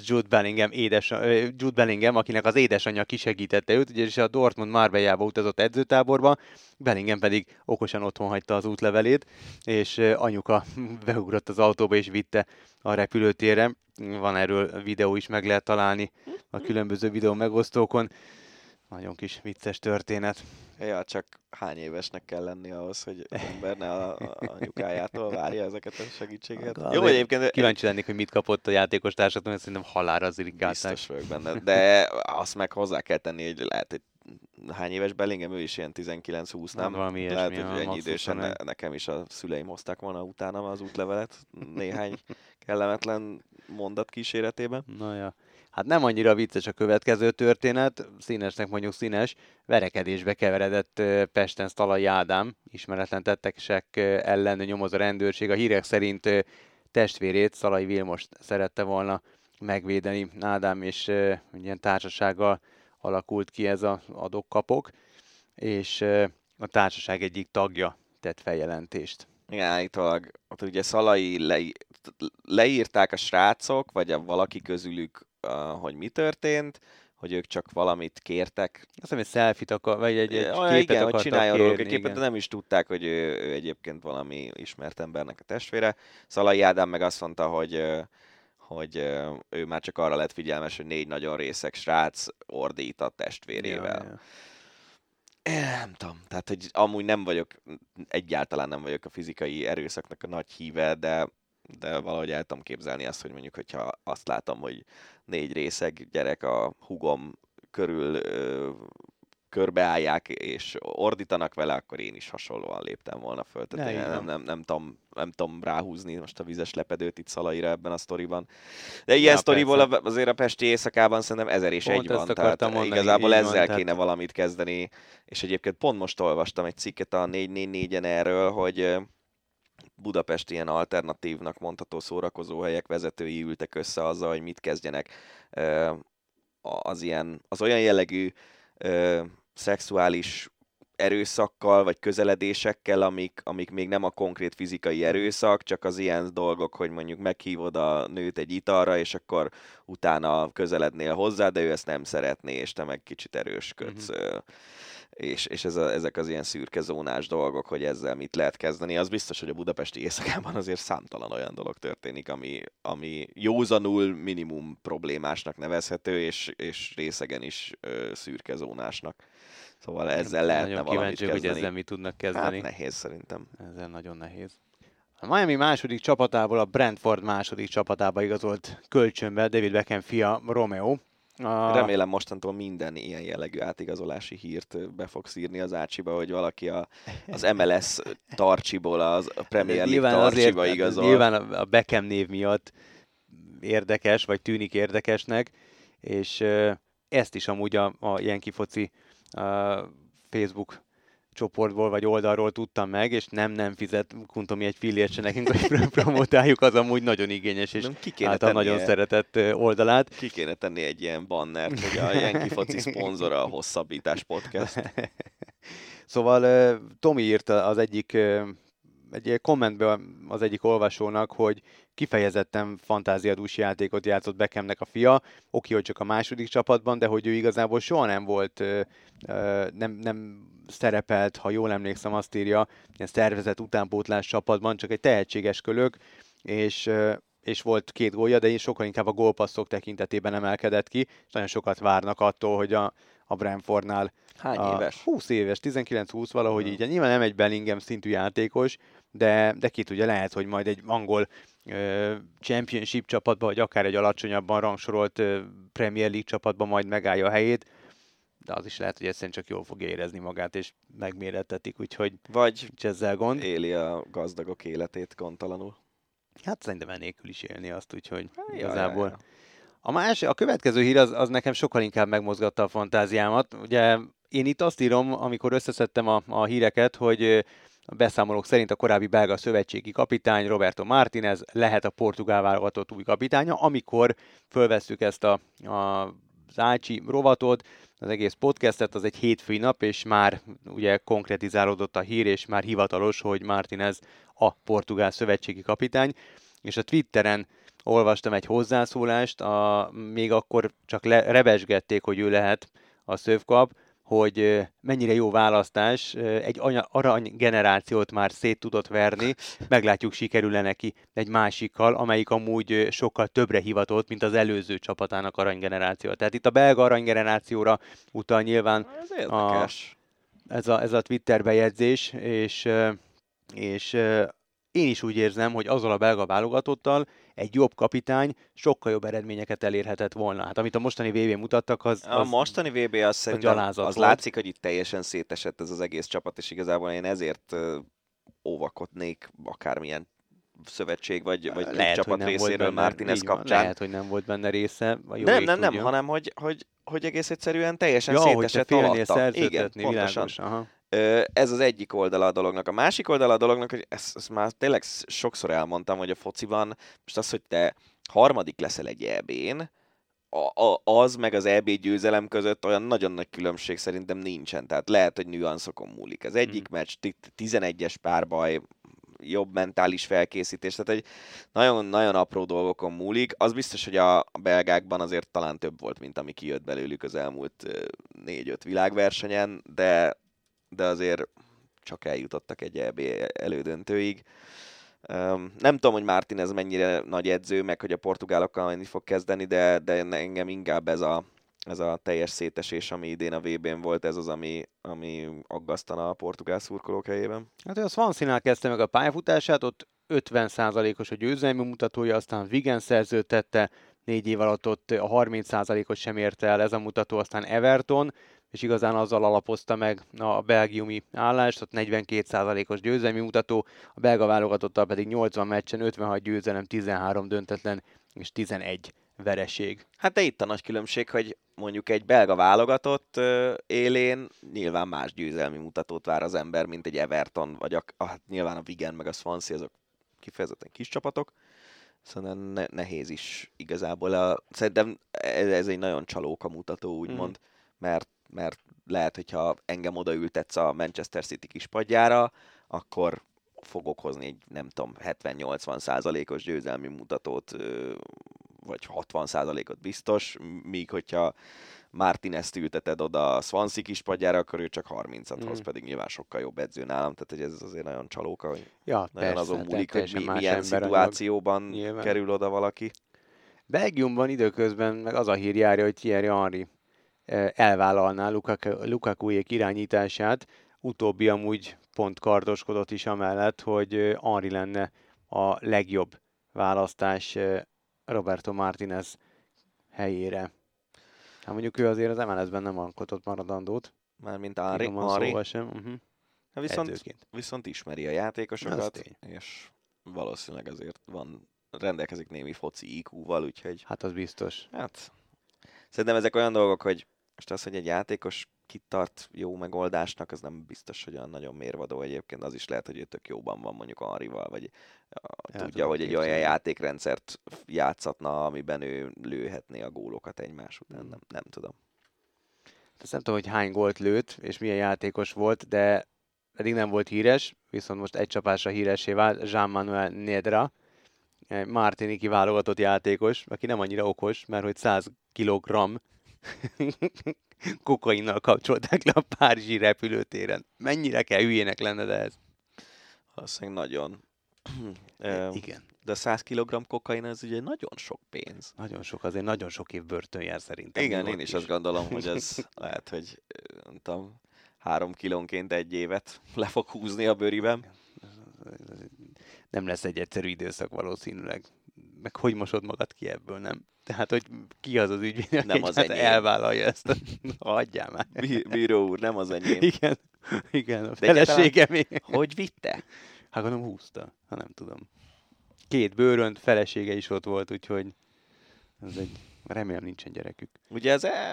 Jude Bellingham, akinek az édesanyja kisegítette őt, ugyanis a Dortmund Marbellába utazott edzőtáborba, Bellingham pedig okosan otthon hagyta az útlevelét, és anyuka beugrott az autóba és vitte a repülőtérre. Van erről videó is, meg lehet találni a különböző videó megosztókon. Nagyon kis vicces történet. Ja, csak hány évesnek kell lenni ahhoz, hogy az ember ne a anyukájától várja ezeket a segítséget? Jó, egyébként... Kíváncsi lennék, hogy mit kapott a játékos társat, mert szerintem halálra zirigálták. Biztos vagyok benne, de azt meg hozzá kell tenni, hogy lehet, hogy hány éves Bellingham, ő is ilyen 19-20, nem? Valami lehet, ilyesmi, hogy ennyi idősen nekem is a szüleim hozták volna utána az útlevelet, néhány kellemetlen mondat kíséretében. Na ja. Hát nem annyira vicces a következő történet, színesnek mondjuk színes, verekedésbe keveredett Pesten Szalai Ádám, ismeretlen tettek ellen nyomoz a rendőrség. A hírek szerint testvérét, Szalai Vilmost szerette volna megvédeni Ádám, és ilyen társasággal alakult ki ez az adok-kapok, és a társaság egyik tagja tett feljelentést. Igen, állítólag, ugye Szalai leírták a srácok, vagy valaki közülük, hogy mi történt, hogy ők csak valamit kértek. Azt hiszem, egy selfie-t vagy egy képet igen, hogy csináljon róluk egy képet, igen. de nem is tudták, hogy ő egyébként valami ismert embernek a testvére. Szalai Ádám meg azt mondta, hogy ő már csak arra lett figyelmes, hogy 4 nagyon részeg srác ordít a testvérével. Ja. Nem tudom, tehát hogy amúgy egyáltalán nem vagyok a fizikai erőszaknak a nagy híve, de valahogy el tudom képzelni azt, hogy mondjuk, hogyha azt látom, hogy 4 részeg gyerek a húgom körül körbeállják és ordítanak vele, akkor én is hasonlóan léptem volna föl. Tehát nem tudom ráhúzni most a vizes lepedőt itt Szalaira ebben a sztoriban. De ilyen sztoriból azért a pesti éjszakában szerintem 1001 van. Tehát igazából ezzel kéne valamit kezdeni. És egyébként pont most olvastam egy cikket a 444-en erről, hogy Budapest ilyen alternatívnak mondható szórakozóhelyek vezetői ültek össze azzal, hogy mit kezdjenek az olyan jellegű szexuális erőszakkal, vagy közeledésekkel, amik még nem a konkrét fizikai erőszak, csak az ilyen dolgok, hogy mondjuk meghívod a nőt egy italra, és akkor utána közelednél hozzá, de ő ezt nem szeretné, és te meg kicsit erősködsz. És ezek az ilyen szürke zónás dolgok, hogy ezzel mit lehet kezdeni. Az biztos, hogy a budapesti éjszakában azért számtalan olyan dolog történik, ami józanul minimum problémásnak nevezhető, és részegen is szürke zónásnak. Szóval ezzel lehetne valamit kezdeni. Hogy ezzel mit tudnak kezdeni. Hát nehéz szerintem. Ezzel nagyon nehéz. A Miami második csapatából a Brentford második csapatába igazolt kölcsönbe David Beckham fia Romeo. Remélem mostantól minden ilyen jellegű átigazolási hírt be fogsz írni az Ácsiba, hogy valaki az MLS Tarcsiból a Premier League Tarcsiba igazol. Nyilván a Beckham név miatt érdekes, vagy tűnik érdekesnek, és ezt is amúgy a Yankee foci Facebook csoportból vagy oldalról tudtam meg, és nem fizet Kuntomi egy fillért se nekünk, hogy promotáljuk, az amúgy nagyon igényes, és által nagyon szeretett oldalát. Ki kéne tenni egy ilyen bannert, hogy a Yankee foci szponzora a Hosszabbítás Podcast. Szóval Tomi írt az egyik egy kommentben az egyik olvasónak, hogy kifejezetten fantáziadús játékot játszott Beckhamnek a fia, oké, hogy csak a második csapatban, de hogy ő igazából soha nem volt, nem szerepelt, ha jól emlékszem, azt írja, ilyen szervezett utánpótlás csapatban, csak egy tehetséges kölök, és volt 2 gólja, de sokkal inkább a gólpasszok tekintetében emelkedett ki, és nagyon sokat várnak attól, hogy a Brentfordnál hány éves? 20 éves, 19-20 valahogy így. Nyilván nem egy Bellingham szintű játékos, de ki tudja, lehet, hogy majd egy angol Championship csapatban, vagy akár egy alacsonyabban rangsorolt Premier League csapatban majd megállja a helyét, de az is lehet, hogy egyszerűen csak jól fogja érezni magát, és megmérettetik, úgyhogy vagy ezzel gond. Éli a gazdagok életét gondtalanul. Hát szerintem enélkül is élni azt, úgyhogy igazából. A következő hír az nekem sokkal inkább megmozgatta a fantáziámat. Ugye én itt azt írom, amikor összeszedtem a híreket, hogy a beszámolók szerint a korábbi belga szövetségi kapitány Roberto Martínez lehet a portugál válogatott új kapitánya, amikor fölvesszük ezt az Ácsi rovatot, az egész podcastet, az egy hétfői nap, és már ugye konkretizálódott a hír, és már hivatalos, hogy Martínez a portugál szövetségi kapitány, és a Twitteren olvastam egy hozzászólást, még akkor csak rebesgették, hogy ő lehet a szövkap, hogy mennyire jó választás, egy arany generációt már szét tudott verni, meglátjuk, sikerül-e neki egy másikkal, amelyik amúgy sokkal többre hivatott, mint az előző csapatának aranygeneráció. Tehát itt a belga aranygenerációra utal nyilván Ez érdekes. ez a Twitter bejegyzés, és én is úgy érzem, hogy azzal a belga válogatottal egy jobb kapitány sokkal jobb eredményeket elérhetett volna. Hát amit a mostani VB mutattak, A mostani VB az szerintem, gyalázat az volt. látszik, hogy itt teljesen szétesett ez az egész csapat, és igazából én ezért óvakodnék akármilyen szövetség vagy lehet, csapat hogy nem volt részéről benne, Martinez így van, kapcsán. lehet, hogy nem volt benne része. Nem, hanem hogy egész egyszerűen teljesen hogy te szétesett félnél alatta. Igen, szerződtetni, pontosan. világos. Aha. Ez az egyik oldala a dolognak. A másik oldala a dolognak, hogy ezt már tényleg sokszor elmondtam, hogy a fociban most az, hogy te harmadik leszel egy EB-n, az meg az EB győzelem között olyan nagyon nagy különbség szerintem nincsen. Tehát lehet, hogy nüanszokon múlik. Az egyik meccs 11-es párbaj, jobb mentális felkészítés, tehát egy nagyon-nagyon apró dolgokon múlik. Az biztos, hogy a belgákban azért talán több volt, mint ami kijött belőlük az elmúlt 4-5 világversenyen, de azért csak eljutottak egy EB elődöntőig. Nem tudom, hogy Martinez mennyire nagy edző, meg hogy a portugálokkal mennyit fog kezdeni, de engem inkább ez a teljes szétesés, ami idén a VB-n volt, ez az, ami aggasztana a portugál szurkolók helyében. Hát ő a Swansea-nál kezdte meg a pályafutását, ott 50%-os a győzelmi mutatója, aztán Wigan szerződtette, 4 év alatt ott a 30%-ot sem érte el ez a mutató, aztán Everton, és igazán azzal alapozta meg a belgiumi állást, ott 42%-os győzelmi mutató, a belga válogatottal pedig 80 meccsen 56 győzelem, 13 döntetlen és 11 vereség. Hát de itt a nagy különbség, hogy mondjuk egy belga válogatott élén nyilván más győzelmi mutatót vár az ember, mint egy Everton, vagy nyilván a Wigan meg a Swansea, azok kifejezetten kis csapatok, szóval nehéz is igazából. Szerintem ez egy nagyon csalóka mutató, úgymond, mert lehet, hogyha engem odaültetsz a Manchester City kispadjára, akkor fogok hozni egy, nem tudom, 70-80%-os győzelmi mutatót, vagy 60%-ot biztos, míg hogyha Martinezt ülteted oda a Swansea kispadjára, akkor ő csak 30-at hoz, pedig nyilván sokkal jobb edző nálam, tehát hogy ez azért nagyon csalóka, hogy nagyon persze, azon múlik, hogy milyen ember szituációban kerül oda valaki. Belgiumban időközben meg az a hír járja, hogy Thierry Henry elvállalná Lukakuék irányítását, utóbbi amúgy pont kardoskodott is amellett, hogy Henry lenne a legjobb választás Roberto Martinez helyére. Hát mondjuk ő azért az MLS-ben nem alkotott maradandót. Mármint Henry. Sem. Viszont ismeri a játékosokat, és valószínűleg azért rendelkezik némi foci IQ-val, úgyhogy... Hát az biztos. Hát, szerintem ezek olyan dolgok, hogy most az, hogy egy játékos kitart jó megoldásnak, az nem biztos, hogy olyan nagyon mérvadó egyébként. Az is lehet, hogy ő tök jóban van mondjuk Henryval, vagy tudja, hogy egy olyan játékrendszert játszatna, amiben ő lőhetné a gólokat egymás után. Nem tudom. Ezt nem tudom, hogy hány gólt lőtt, és milyen játékos volt, de eddig nem volt híres, viszont most egy csapásra híressé vált Jean-Manuel Nedra, egy martiniki válogatott játékos, aki nem annyira okos, mert hogy 100 kg kokainnal kapcsolták le a párizsi repülőtéren. Mennyire kell hülyének lenned ez? Valószínűleg nagyon. Igen. De 100 kg kokain, ez ugye nagyon sok pénz. Nagyon sok, azért nagyon sok év börtön jár szerintem. Igen, én is azt gondolom, hogy ez lehet, hogy nem tudom, 3 kilónként 1 évet le fog húzni a bőriben. Nem lesz egy egyszerű időszak valószínűleg. Meg hogy mosod magad ki ebből, nem? Tehát, hogy ki az ügyvéd, aki elvállalja ezt. Hagyjál már. Bíró úr, nem az enyém. Igen, a feleségem. Hogy vitte? Hát gondolom húzta, ha nem tudom. 2 bőrönt, felesége is ott volt, úgyhogy remélem nincsen gyerekük. Ugye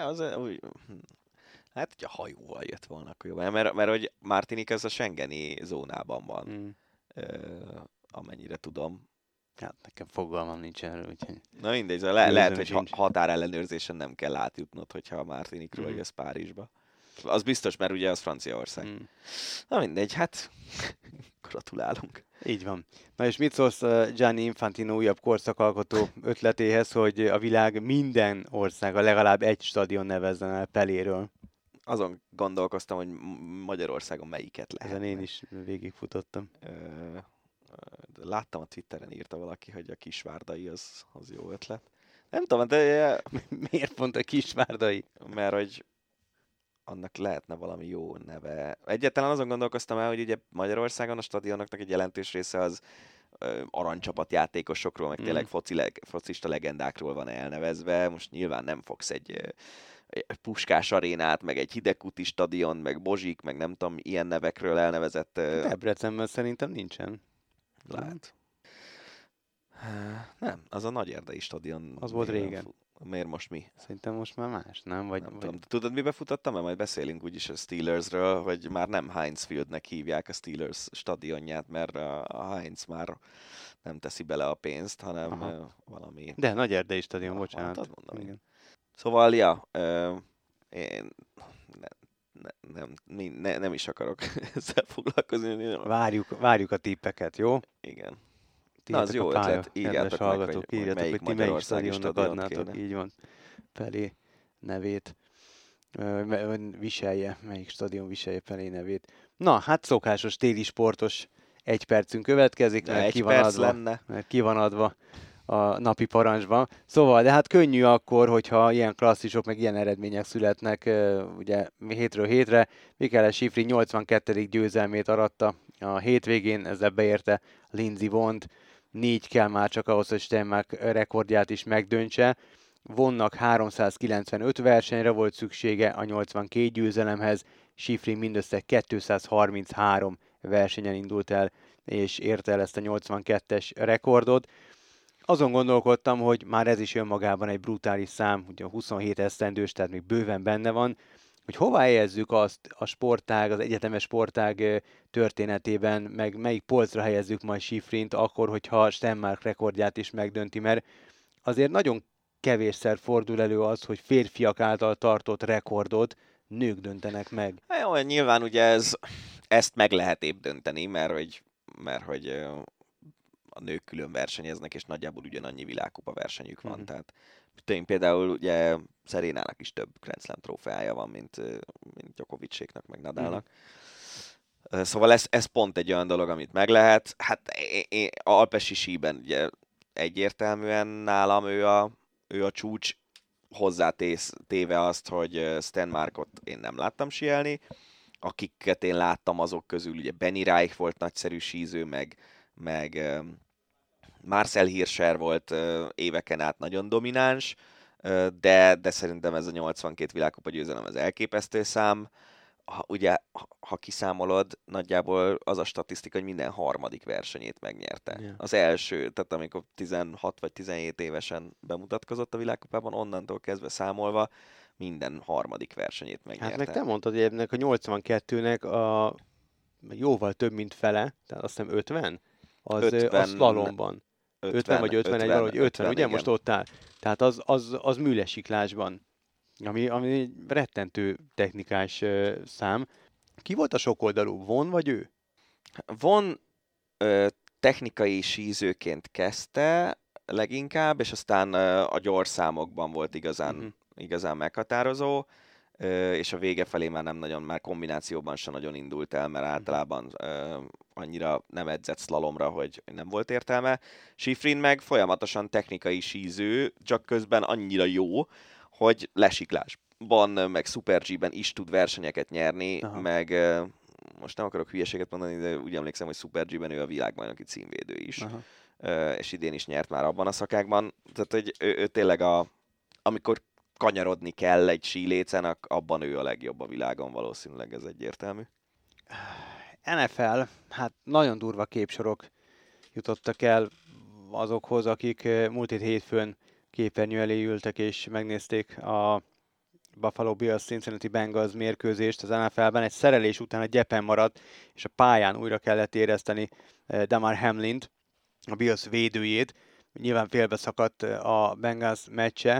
hát, hogyha hajóval jött volna, akkor jó. Mert hogy Martinique ez a Schengeni zónában van. Amennyire tudom. Hát nekem fogalmam nincs erről, úgyhogy... Na mindegy, lehet, hogy határellenőrzésen nem kell átjutnod, hogyha a Martinique-ről jössz Párizsba. Az biztos, mert ugye az Franciaország. Hmm. Na mindegy, hát gratulálunk. Így van. Na és mit szólsz Gianni Infantino újabb korszakalkotó ötletéhez, hogy a világ minden országa legalább egy stadion nevezzen el Peléről? Azon gondolkoztam, hogy Magyarországon melyiket lehet. Ezen én is végigfutottam. Láttam a Twitteren, írta valaki, hogy a Kisvárdai az jó ötlet. Nem tudom, de... Miért pont a Kisvárdai? Mert hogy annak lehetne valami jó neve. Egyáltalán azon gondolkoztam el, hogy ugye Magyarországon a stadionoknak egy jelentős része az aranycsapat játékosokról, meg tényleg focista legendákról van elnevezve. Most nyilván nem fogsz egy Puskás arénát, meg egy Hidegkuti stadion, meg Bozsik, meg nem tudom, ilyen nevekről elnevezett... Debrecenben szerintem nincsen. Lehet. Nem, az a Nagyerdei stadion. Az volt régen. Miért most mi? Szerintem most már más, nem? Nem tudom. Tudod, mibe futottam? Mert majd beszélünk úgyis a Steelersről, hogy már nem Heinz Fieldnek hívják a Steelers stadionját, mert a Heinz már nem teszi bele a pénzt, hanem valami... De Nagyerdei stadion, bocsánat. Hát, mondom, igen. Szóval, ja, én nem is akarok ezzel foglalkozni. Várjuk a tippeket, jó? Igen. Na, az jó ötlet, írjátok meg, hogy melyik ti melyik magyarországi stadionnak stadiont adnátok, kéne. így van, Pelé nevét viselje, melyik stadion viselje Pelé nevét. Na, hát szokásos téli sportos 1 percünk következik, De mert 1 ki van perc adva, lenne. mert ki van adva a napi parancsban. Szóval, de hát könnyű akkor, hogyha ilyen klasszisok, meg ilyen eredmények születnek, ugye hétről hétre. Mikael Schifrin 82. győzelmét aratta a hétvégén, ezzel beérte Lindsey Vonnt. 4 kell már csak ahhoz, hogy Stenmark rekordját is megdöntse. Vonnak 395 versenyre volt szüksége a 82 győzelemhez, Schifrin mindössze 233 versenyen indult el, és érte el ezt a 82-es rekordot. Azon gondolkodtam, hogy már ez is önmagában egy brutális szám, ugye a 27 esztendős, tehát még bőven benne van, hogy hova helyezzük azt a sportág, az egyetemes sportág történetében, meg melyik polcra helyezzük majd Schifrint akkor, hogyha Stenmark rekordját is megdönti, mert azért nagyon kevésszer fordul elő az, hogy férfiak által tartott rekordot nők döntenek meg. Hát jó, nyilván ugye ezt meg lehet épp dönteni, mert hogy a nők külön versenyeznek, és nagyjából ugyanannyi világkupa versenyük van. Tehát például ugye Szerénának is több Grand Slam trófeája van, mint Djokovicséknak, meg Nadalnak. Szóval ez pont egy olyan dolog, amit meg lehet. Hát alpesi síben ugye egyértelműen nálam ő a csúcs, hozzátéve azt, hogy Stenmarkot én nem láttam síelni. Akiket én láttam azok közül, ugye Benny Reich volt nagyszerű síző, meg Marcel Hirscher volt éveken át nagyon domináns, de szerintem ez a 82 világkupa győzelem az elképesztő szám. Ha kiszámolod, nagyjából az a statisztika, hogy minden harmadik versenyét megnyerte. Yeah. Az első, tehát amikor 16 vagy 17 évesen bemutatkozott a világkupában, onnantól kezdve számolva minden harmadik versenyét megnyerte. Hát meg te mondtad, hogy ennek a 82-nek jóval több, mint fele, tehát azt hiszem 50? Az 50, a szlalomban. 50 vagy 51, valahogy 50, ugye? Igen. Most ott áll. Tehát az műlesiklásban, ami egy rettentő technikás szám. Ki volt a sokoldalú? Von vagy ő? Von technikai sízőként kezdte leginkább, és aztán a gyors számokban volt igazán meghatározó, és a vége felé már kombinációban sem nagyon indult el, mert általában annyira nem edzett szlalomra, hogy nem volt értelme. Schifrin meg folyamatosan technikai síző, csak közben annyira jó, hogy lesiklásban, meg Super G-ben is tud versenyeket nyerni, meg most nem akarok hülyeséget mondani, de úgy emlékszem, hogy Super G-ben ő a világbajnoki címvédő is, és idén is nyert már abban a szakákban. Tehát, hogy ő tényleg amikor kanyarodni kell egy sílécen, abban ő a legjobb a világon, valószínűleg ez egyértelmű. NFL, hát nagyon durva képsorok jutottak el azokhoz, akik múlt hétfőn képernyő elé ültek és megnézték a Buffalo Bills Cincinnati Bengals mérkőzést az NFL-ben. Egy szerelés után a gyepen maradt, és a pályán újra kellett érezteni Damar Hamlint, a Bills védőjét. Nyilván félbeszakadt a Bengals meccse,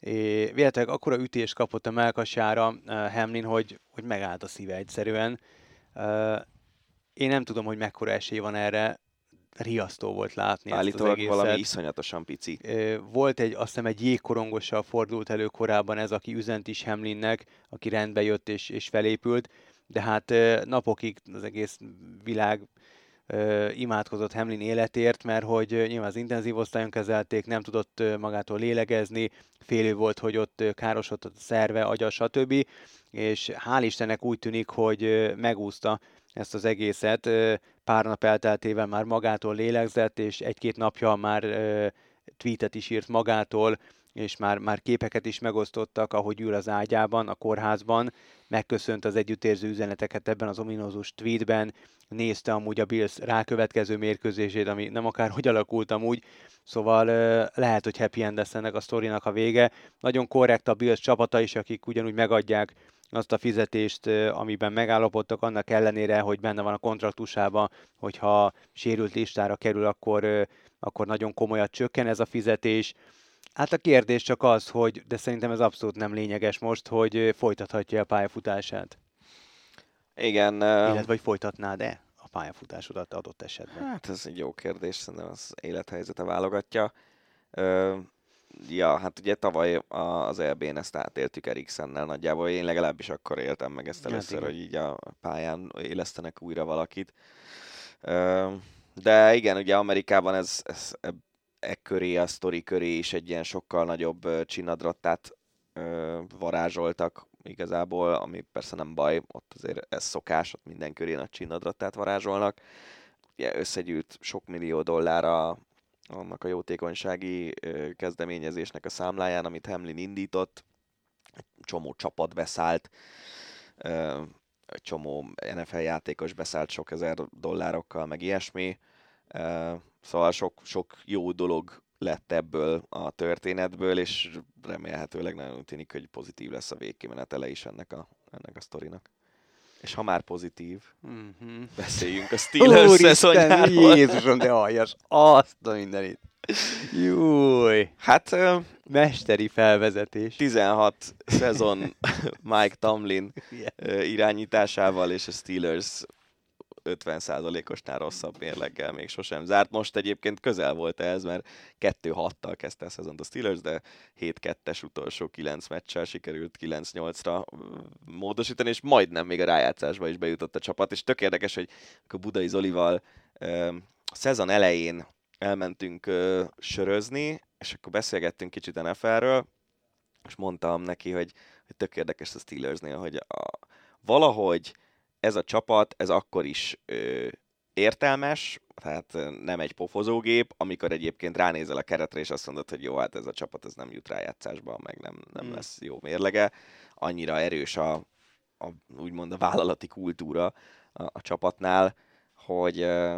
Véletlenül akkora ütést kapott a mellkasára Hamlin, hogy megállt a szíve egyszerűen. Én nem tudom, hogy mekkora esély van erre, riasztó volt látni Állítólag ezt az egészet. valami iszonyatosan pici. Volt azt hiszem egy jégkorongossal fordult elő korábban ez, aki üzent is Hamlinnek, aki rendbe jött és felépült, de hát napokig az egész világ imádkozott Hamlin életért, mert hogy nyilván az intenzív osztályon kezelték, nem tudott magától lélegezni, félő volt, hogy ott károsodott a szerve, agya, stb. És hál' Istennek úgy tűnik, hogy megúszta ezt az egészet. Pár nap elteltével már magától lélegzett, és egy-két napja már tweetet is írt magától, és már képeket is megosztottak, ahogy ül az ágyában, a kórházban. Megköszönt az együttérző üzeneteket ebben az ominózus tweetben, nézte amúgy a Bills rákövetkező mérkőzését, ami nem akárhogy alakult amúgy, szóval lehet, hogy happy end lesz ennek a sztorinak a vége. Nagyon korrekt a Bills csapata is, akik ugyanúgy megadják azt a fizetést, amiben megállapodtak, annak ellenére, hogy benne van a kontraktusában, hogyha sérült listára kerül, akkor nagyon komolyat csökken ez a fizetés. Hát a kérdés csak az, hogy, de szerintem ez abszolút nem lényeges most, hogy folytathatja a pályafutását. Igen. Illetve, hogy folytatnád-e a pályafutásodat adott esetben? Hát ez egy jó kérdés, szerintem az élethelyzete válogatja. Ja, hát ugye tavaly az EB-n ezt átéltük Eriksennel nagyjából, én legalábbis akkor éltem meg ezt először, igen. hogy így a pályán élesztenek újra valakit. De igen, ugye Amerikában ez köré, a sztori köré is egy ilyen sokkal nagyobb csinadrattát varázsoltak igazából, ami persze nem baj, ott azért ez szokás, ott minden köré nagy csinadrattát varázsolnak. Ugye összegyűlt sok millió dollár annak a jótékonysági kezdeményezésnek a számláján, amit Hamlin indított. Egy csomó csapat beszállt, egy csomó NFL játékos beszállt sok ezer dollárokkal, meg ilyesmi. Szóval sok jó dolog lett ebből a történetből, és remélhetőleg nagyon úgy tűnik, hogy pozitív lesz a végkimenetele is ennek a sztorinak. És ha már pozitív, beszéljünk a Steelers szezonjáról. Jézusom, de aljas, azt a mindenit. Júj! Hát mesteri felvezetés. 16 szezon Mike Tomlin irányításával, és a Steelers 50%-osnál rosszabb mérleggel még sosem zárt. Most egyébként közel volt ehhez, mert 2-6-tal kezdte a szezont a Steelers, de 7-2-es utolsó 9 meccsel sikerült 9-8-ra módosítani, és majdnem még a rájátszásba is bejutott a csapat, és tök érdekes, hogy akkor Budai Zolival a szezon elején elmentünk sörözni, és akkor beszélgettünk kicsit NFL-ről, és mondtam neki, hogy tök érdekes a Steelersnél, hogy valahogy ez a csapat, ez akkor is értelmes, tehát nem egy pofozógép, amikor egyébként ránézel a keretre, és azt mondod, hogy jó, hát ez a csapat ez nem jut rájátszásba, meg nem lesz jó mérlege. Annyira erős úgymond a vállalati kultúra a csapatnál, hogy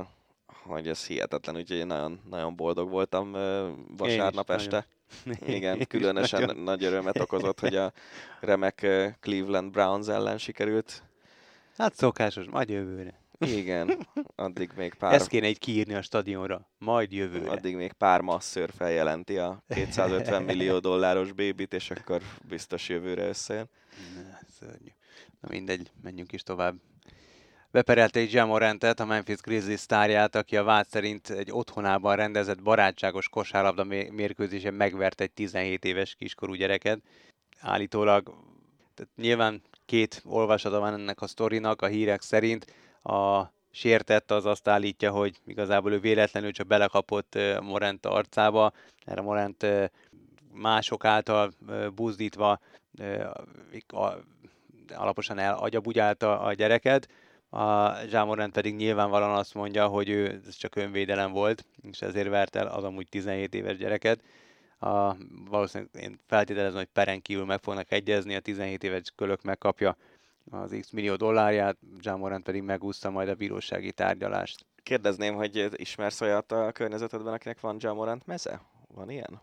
ez hihetetlen, úgyhogy én nagyon, nagyon boldog voltam vasárnap este. Igen, különösen nagy örömet okozott, hogy a remek Cleveland Browns ellen sikerült. Hát szokásos, majd jövőre. Igen, addig még pár... Ezt kéne így kiírni a stadionra, majd jövőre. Addig még pár masszőr feljelenti a $250 millió bébit, és akkor biztos jövőre összejön. Szörnyű. Na mindegy, menjünk is tovább. Beperelte egy Ja Morantet, a Memphis Grizzlies sztárját, aki a vád szerint egy otthonában rendezett barátságos kosárlabda mérkőzésen megvert egy 17 éves kiskorú gyereket. Állítólag, tehát nyilván két olvasata van ennek a sztorinak, a hírek szerint. A sértett az azt állítja, hogy igazából ő véletlenül csak belekapott Morant arcába. Erre Morant mások által buzdítva alaposan agyabugyálta a gyereket. A Ja Morant pedig nyilvánvalóan azt mondja, hogy ez csak önvédelem volt, és ezért vert el az amúgy 17 éves gyereket. Valószínűleg én feltételezem, hogy peren kívül meg fognak egyezni, a 17 éves kölök megkapja az X millió dollárját, Ja Morant pedig megúszta majd a bírósági tárgyalást. Kérdezném, hogy ismersz olyat a környezetedben, akinek van Ja Morant meze? Van ilyen?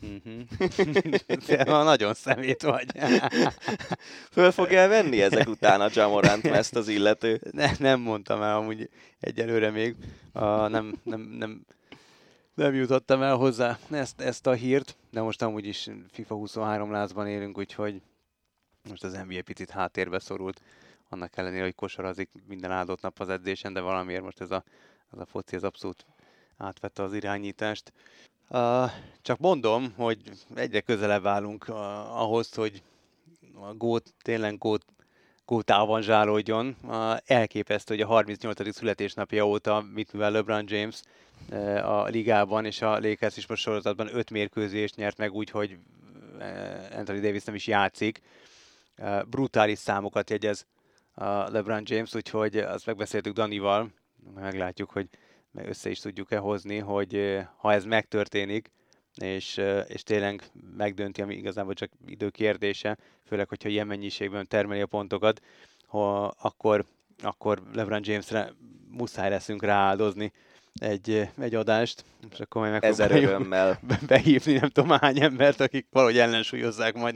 De nagyon szemét vagy. Föl fog elvenni ezek után a Ja Morant mezt az illető? Nem mondtam el amúgy egyelőre még. Nem jutottam el hozzá ezt a hírt, de most amúgy is FIFA 23 lázban élünk, úgyhogy most az NBA picit háttérbe szorult. Annak ellenére, hogy kosarazik minden áldott nap az edzésen, de valamiért most ez a foci ez abszolút átvette az irányítást. Csak mondom, hogy egyre közelebb állunk ahhoz, hogy a GOAT tényleg GOAT avanzsálódjon. Elképesztő, hogy a 38. születésnapja óta mit művel LeBron James a ligában, és a Lakers is most sorozatban 5 mérkőzést nyert meg úgy, hogy Anthony Davis nem is játszik. Brutális számokat jegyez a LeBron James, úgyhogy azt megbeszéltük Danival, meglátjuk, hogy össze is tudjuk-e hozni, hogy ha ez megtörténik, és tényleg megdönti, ami igazából csak idő kérdése, főleg, hogyha ilyen mennyiségben termeli a pontokat, akkor LeBron Jamesre muszáj leszünk rááldozni egy adást, és akkor majd megpróbáljuk behívni nem tudom hány embert, akik valahogy ellensúlyozzák majd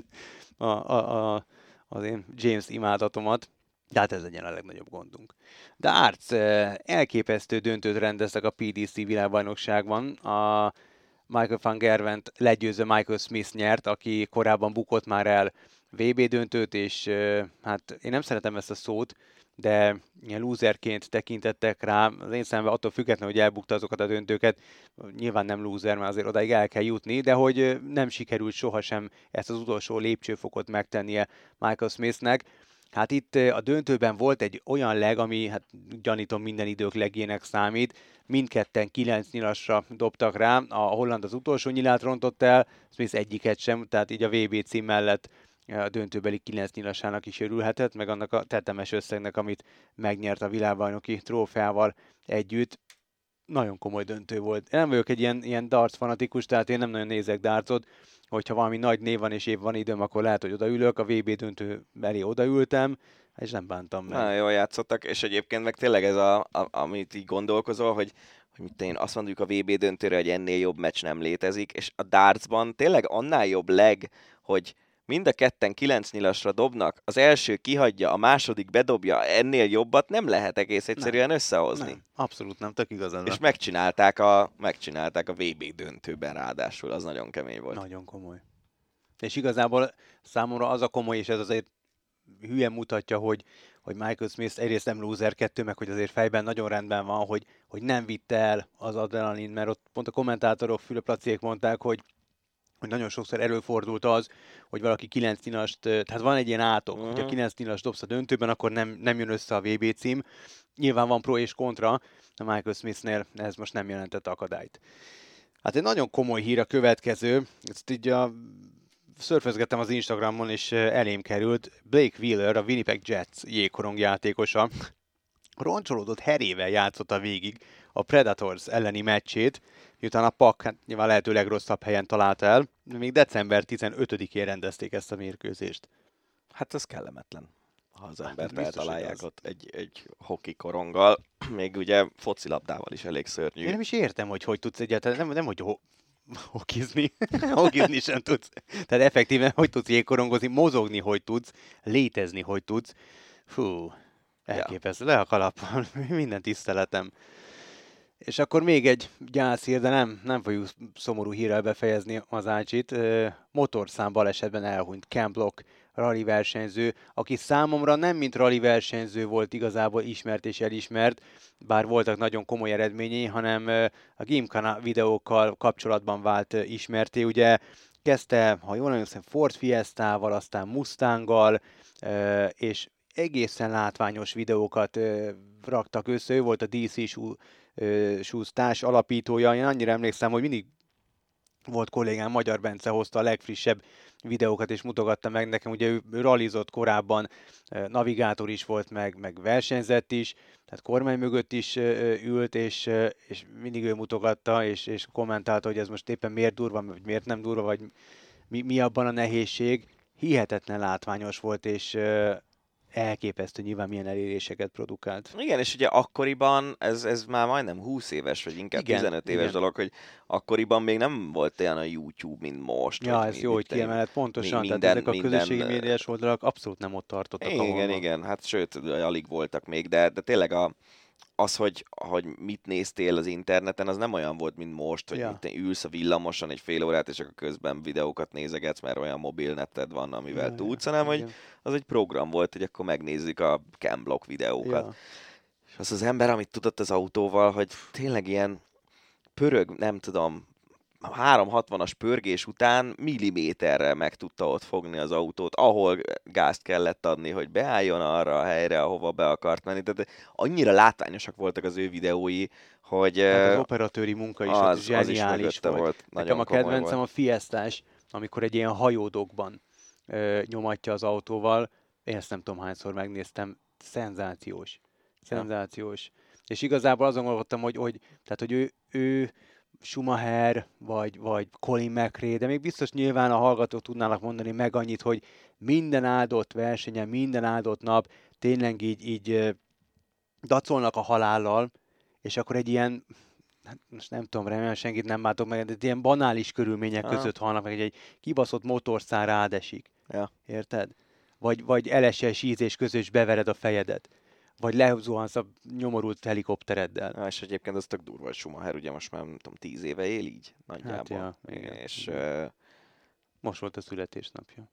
az én James imádatomat. De hát ez legyen a legnagyobb gondunk. De Arc, elképesztő döntőt rendeztek a PDC világbajnokságban. A Michael van Gerwent legyőző Michael Smith nyert, aki korábban bukott már el VB döntőt, és hát én nem szeretem ezt a szót, de ilyen loserként tekintettek rá. Az én szemben attól függetlenül, hogy elbukta azokat a döntőket, nyilván nem loser, mert azért odáig el kell jutni, de hogy nem sikerült sohasem ezt az utolsó lépcsőfokot megtennie Michael Smithnek. Hát itt a döntőben volt egy olyan leg, ami hát gyanítom minden idők legének számít. Mindketten 9 nyilasra dobtak rá, a holland az utolsó nyilát rontott el, Smith egyiket sem, tehát így a VB cím mellett a döntőbeli 9 nyilasának is örülhetett, meg annak a tetemes összegnek, amit megnyert a világbajnoki trófeával együtt. Nagyon komoly döntő volt. Én nem vagyok egy ilyen darts fanatikus, tehát én nem nagyon nézek dartsot, hogyha valami nagy név van és épp van időm, akkor lehet, hogy odaülök, a VB döntő elé odaültem, és nem bántam meg. Nagyon jól játszottak, és egyébként meg tényleg ez amit így gondolkozol, hogy én azt mondjuk a VB döntőre, hogy ennél jobb meccs nem létezik, és a dartsban tényleg annál jobb leg, hogy mind a ketten 9 nyilasra dobnak, az első kihagyja, a második bedobja, ennél jobbat nem lehet egész egyszerűen összehozni. Nem, abszolút nem, tök igazad. És megcsinálták a VB döntőben ráadásul, az nagyon kemény volt. Nagyon komoly. És igazából számomra az a komoly, és ez azért hülyen mutatja, hogy Michael Smith egyrészt nem loser, 2, meg hogy azért fejben nagyon rendben van, hogy nem vitte el az adrenalin, mert ott pont a kommentátorok, Fülöp-Laciék mondták, hogy nagyon sokszor előfordult az, hogy valaki 9 nyilast, tehát van egy ilyen átok, hogyha 9 nyilast dobsz a döntőben, akkor nem jön össze a VB cím. Nyilván van pro és kontra, a Michael Smithnél ez most nem jelentett akadályt. Hát egy nagyon komoly hír a következő, ezt így szörfözgettem az Instagramon, és elém került. Blake Wheeler, a Winnipeg Jets jégkorong játékosa, roncsolódott herével játszotta végig a Predators elleni meccsét, miután a Puck hát nyilván lehető legrosszabb helyen talált el, de még december 15-én rendezték ezt a mérkőzést. Hát ez kellemetlen, ha az embert biztos, eltalálják ott egy hoki koronggal, még ugye focilabdával is elég szörnyű. Én nem is értem, hogy tudsz egyáltalán, nem hogy hokizni, hokizni sem tudsz. Tehát effektíven hogy tudsz jégkorongozni, mozogni hogy tudsz, létezni hogy tudsz. Fú, elképesztő, le a kalappal, minden tiszteletem. És akkor még egy gyászhír, de nem fogjuk szomorú hírrel befejezni az ácsit. Motorszám balesetben elhunyt Ken Block, rally versenyző, aki számomra nem mint rally versenyző volt igazából ismert és elismert, bár voltak nagyon komoly eredményei, hanem a Gymkhana videókkal kapcsolatban vált ismerté. Ugye kezdte, ha jól emlékszem, Ford Fiestával, aztán Mustanggal, és egészen látványos videókat raktak össze. Ő volt a DC Shoes társ alapítója. Én annyira emlékszem, hogy mindig volt kollégám, Magyar Bence hozta a legfrissebb videókat, és mutogatta meg nekem. Ugye ő rallizott korábban, navigátor is volt, meg versenyzett is, tehát kormány mögött is ült, és mindig ő mutogatta, és kommentálta, hogy ez most éppen miért durva, vagy miért nem durva, vagy mi abban a nehézség. Hihetetlen látványos volt, és elképesztő nyilván milyen eléréseket produkált. Igen, és ugye akkoriban, ez már majdnem 20 éves, vagy inkább 15 éves dolog, hogy akkoriban még nem volt olyan a YouTube, mint most. Ja, ez jó, hogy kiemeled, pontosan, tehát ezek a közösségi médiás oldalak abszolút nem ott tartottak. Igen, hát sőt, alig voltak még, de tényleg az, hogy mit néztél az interneten, az nem olyan volt, mint most, hogy Ja. te ülsz a villamoson egy fél órát, és akkor közben videókat nézegetsz, mert olyan mobilneted van, amivel tudsz, hanem hogy igen. az egy program volt, hogy akkor megnézzük a Camblock videókat. Ja. És az ember, amit tudott az autóval, hogy tényleg ilyen pörög, nem tudom, 360-as pörgés után milliméterrel meg tudta ott fogni az autót, ahol gázt kellett adni, hogy beálljon arra a helyre, ahova be akart menni. Tehát annyira látványosak voltak az ő videói, hogy Hát az operatőri munka is ott az is zseniális mögötte volt. Nekem a komoly kedvencem volt. a Fiestás, amikor egy ilyen hajódokban nyomatja az autóval. Én ezt nem tudom hányszor megnéztem. Szenzációs. Szenzációs. És igazából azon gondoltam, hogy ő Schumacher, vagy Colin McRae, de még biztos nyilván a hallgatók tudnának mondani meg annyit, hogy minden áldott versenyen, minden áldott nap tényleg így dacolnak a halállal, és akkor egy ilyen, hát most nem tudom, remélem senkit nem látok meg, de ilyen banális körülmények között halnak meg, egy kibaszott motorszár rádesik. Ja. Érted? Vagy elesel sízés között, és bevered a fejedet. Vagy lezuhansz a nyomorult helikoptereddel. Ja, és egyébként az tök durva, hogy Schumacher ugye most már, nem tudom, 10 éve él így nagyjából. Hát ja, igen. És, most volt a születésnapja.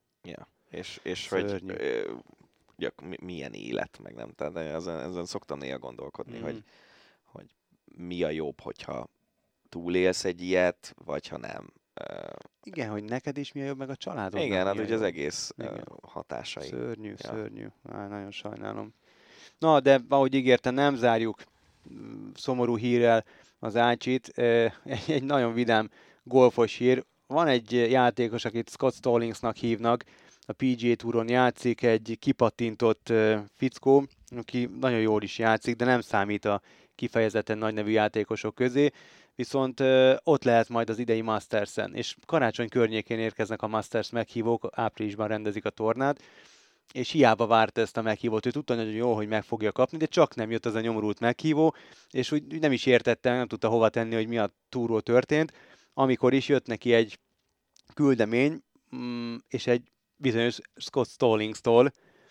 és hogy Szörnyű. ugye, milyen élet, meg nem, tehát ezen szoktam néha gondolkodni, hogy mi a jobb, hogyha túlélsz egy ilyet, vagy ha nem. Igen, hogy neked is mi a jobb, meg a családodnak. Igen, hát mi a ugye az jobb. egész Igen. hatásai. Szörnyű. Nagyon sajnálom. Na, de ahogy ígértem, nem zárjuk szomorú hírrel az Ácsit. Egy nagyon vidám golfos hír. Van egy játékos, akit Scott Stallings-nak hívnak, a PGA Touron játszik, egy kipattintott fickó, aki nagyon jól is játszik, de nem számít a kifejezetten nagy nevű játékosok közé, viszont ott lehet majd az idei Masters-en, és karácsony környékén érkeznek a Masters meghívók, áprilisban rendezik a tornát, és hiába várta ezt a meghívót, ő tudta nagyon jó, hogy meg fogja kapni, de csak nem jött az a nyomorult meghívó, és úgy nem is értette, nem tudta hova tenni, hogy mi a túról történt, amikor is jött neki egy küldemény, és egy bizonyos Scott Stallings-tól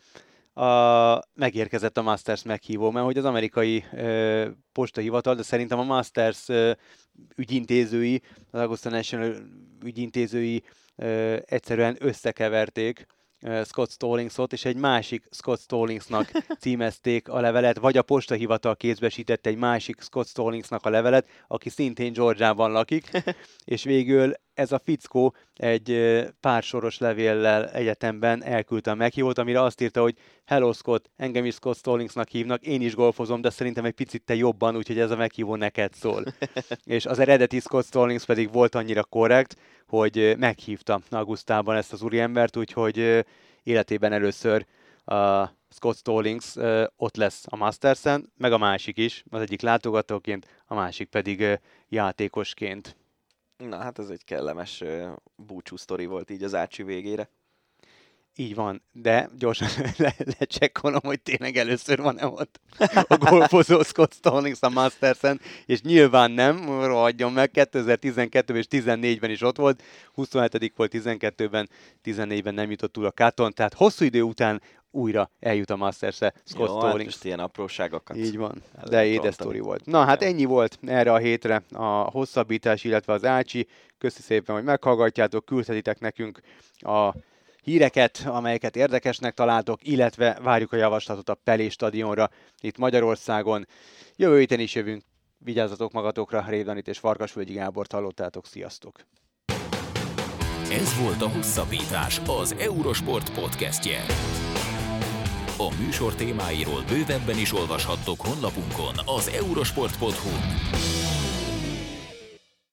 megérkezett a Masters meghívó, mert hogy az amerikai postahivatal, de szerintem a Masters ügyintézői, az Augusta National ügyintézői egyszerűen összekeverték Scott Stallingsot, és egy másik Scott Stallingsnak címezték a levelet, vagy a postahivatal kézbesítette egy másik Scott Stallingsnak a levelet, aki szintén Georgiában lakik, és végül ez a fickó egy pár soros levéllel egyetemben elküldte a meghívót, amire azt írta, hogy hello Scott, engem is Scott Stallingsnak hívnak, én is golfozom, de szerintem egy picit te jobban, úgyhogy ez a meghívó neked szól. És az eredeti Scott Stallings pedig volt annyira korrekt, hogy meghívta Augustában ezt az úriembert, úgyhogy életében először a Scott Stallings ott lesz a Mastersen, meg a másik is, az egyik látogatóként, a másik pedig játékosként. Na hát ez egy kellemes búcsú sztori volt így az Ácsi végére. Így van, de gyorsan lecsekkolom, hogy tényleg először van-e ott a golfozó Scott Stallings a Mastersen, és nyilván nem, rohadjon meg, 2012-ben és 14-ben is ott volt, 27. volt 12-ben, 14-ben nem jutott túl a cut-on, tehát hosszú idő után újra eljut a Masters-e Scott Jó, Stallings. hát most ilyen apróságokat. Így van, el de lehet édes rontani. sztori volt. Na hát ennyi volt erre a hétre a hosszabbítás, illetve az Ácsi. Köszi szépen, hogy meghallgatjátok, küldhetitek nekünk a híreket, amelyeket érdekesnek találtok, illetve várjuk a javaslatot a Pelé stadionra itt Magyarországon. Jövő héten is jövünk, vigyázzatok magatokra, Rév Danit és Farkasvölgyi Gábort hallottátok, sziasztok! Ez volt a Hosszabbítás, az Eurosport podcastje. A műsor témáiról bővebben is olvashattok honlapunkon, az eurosport.hu.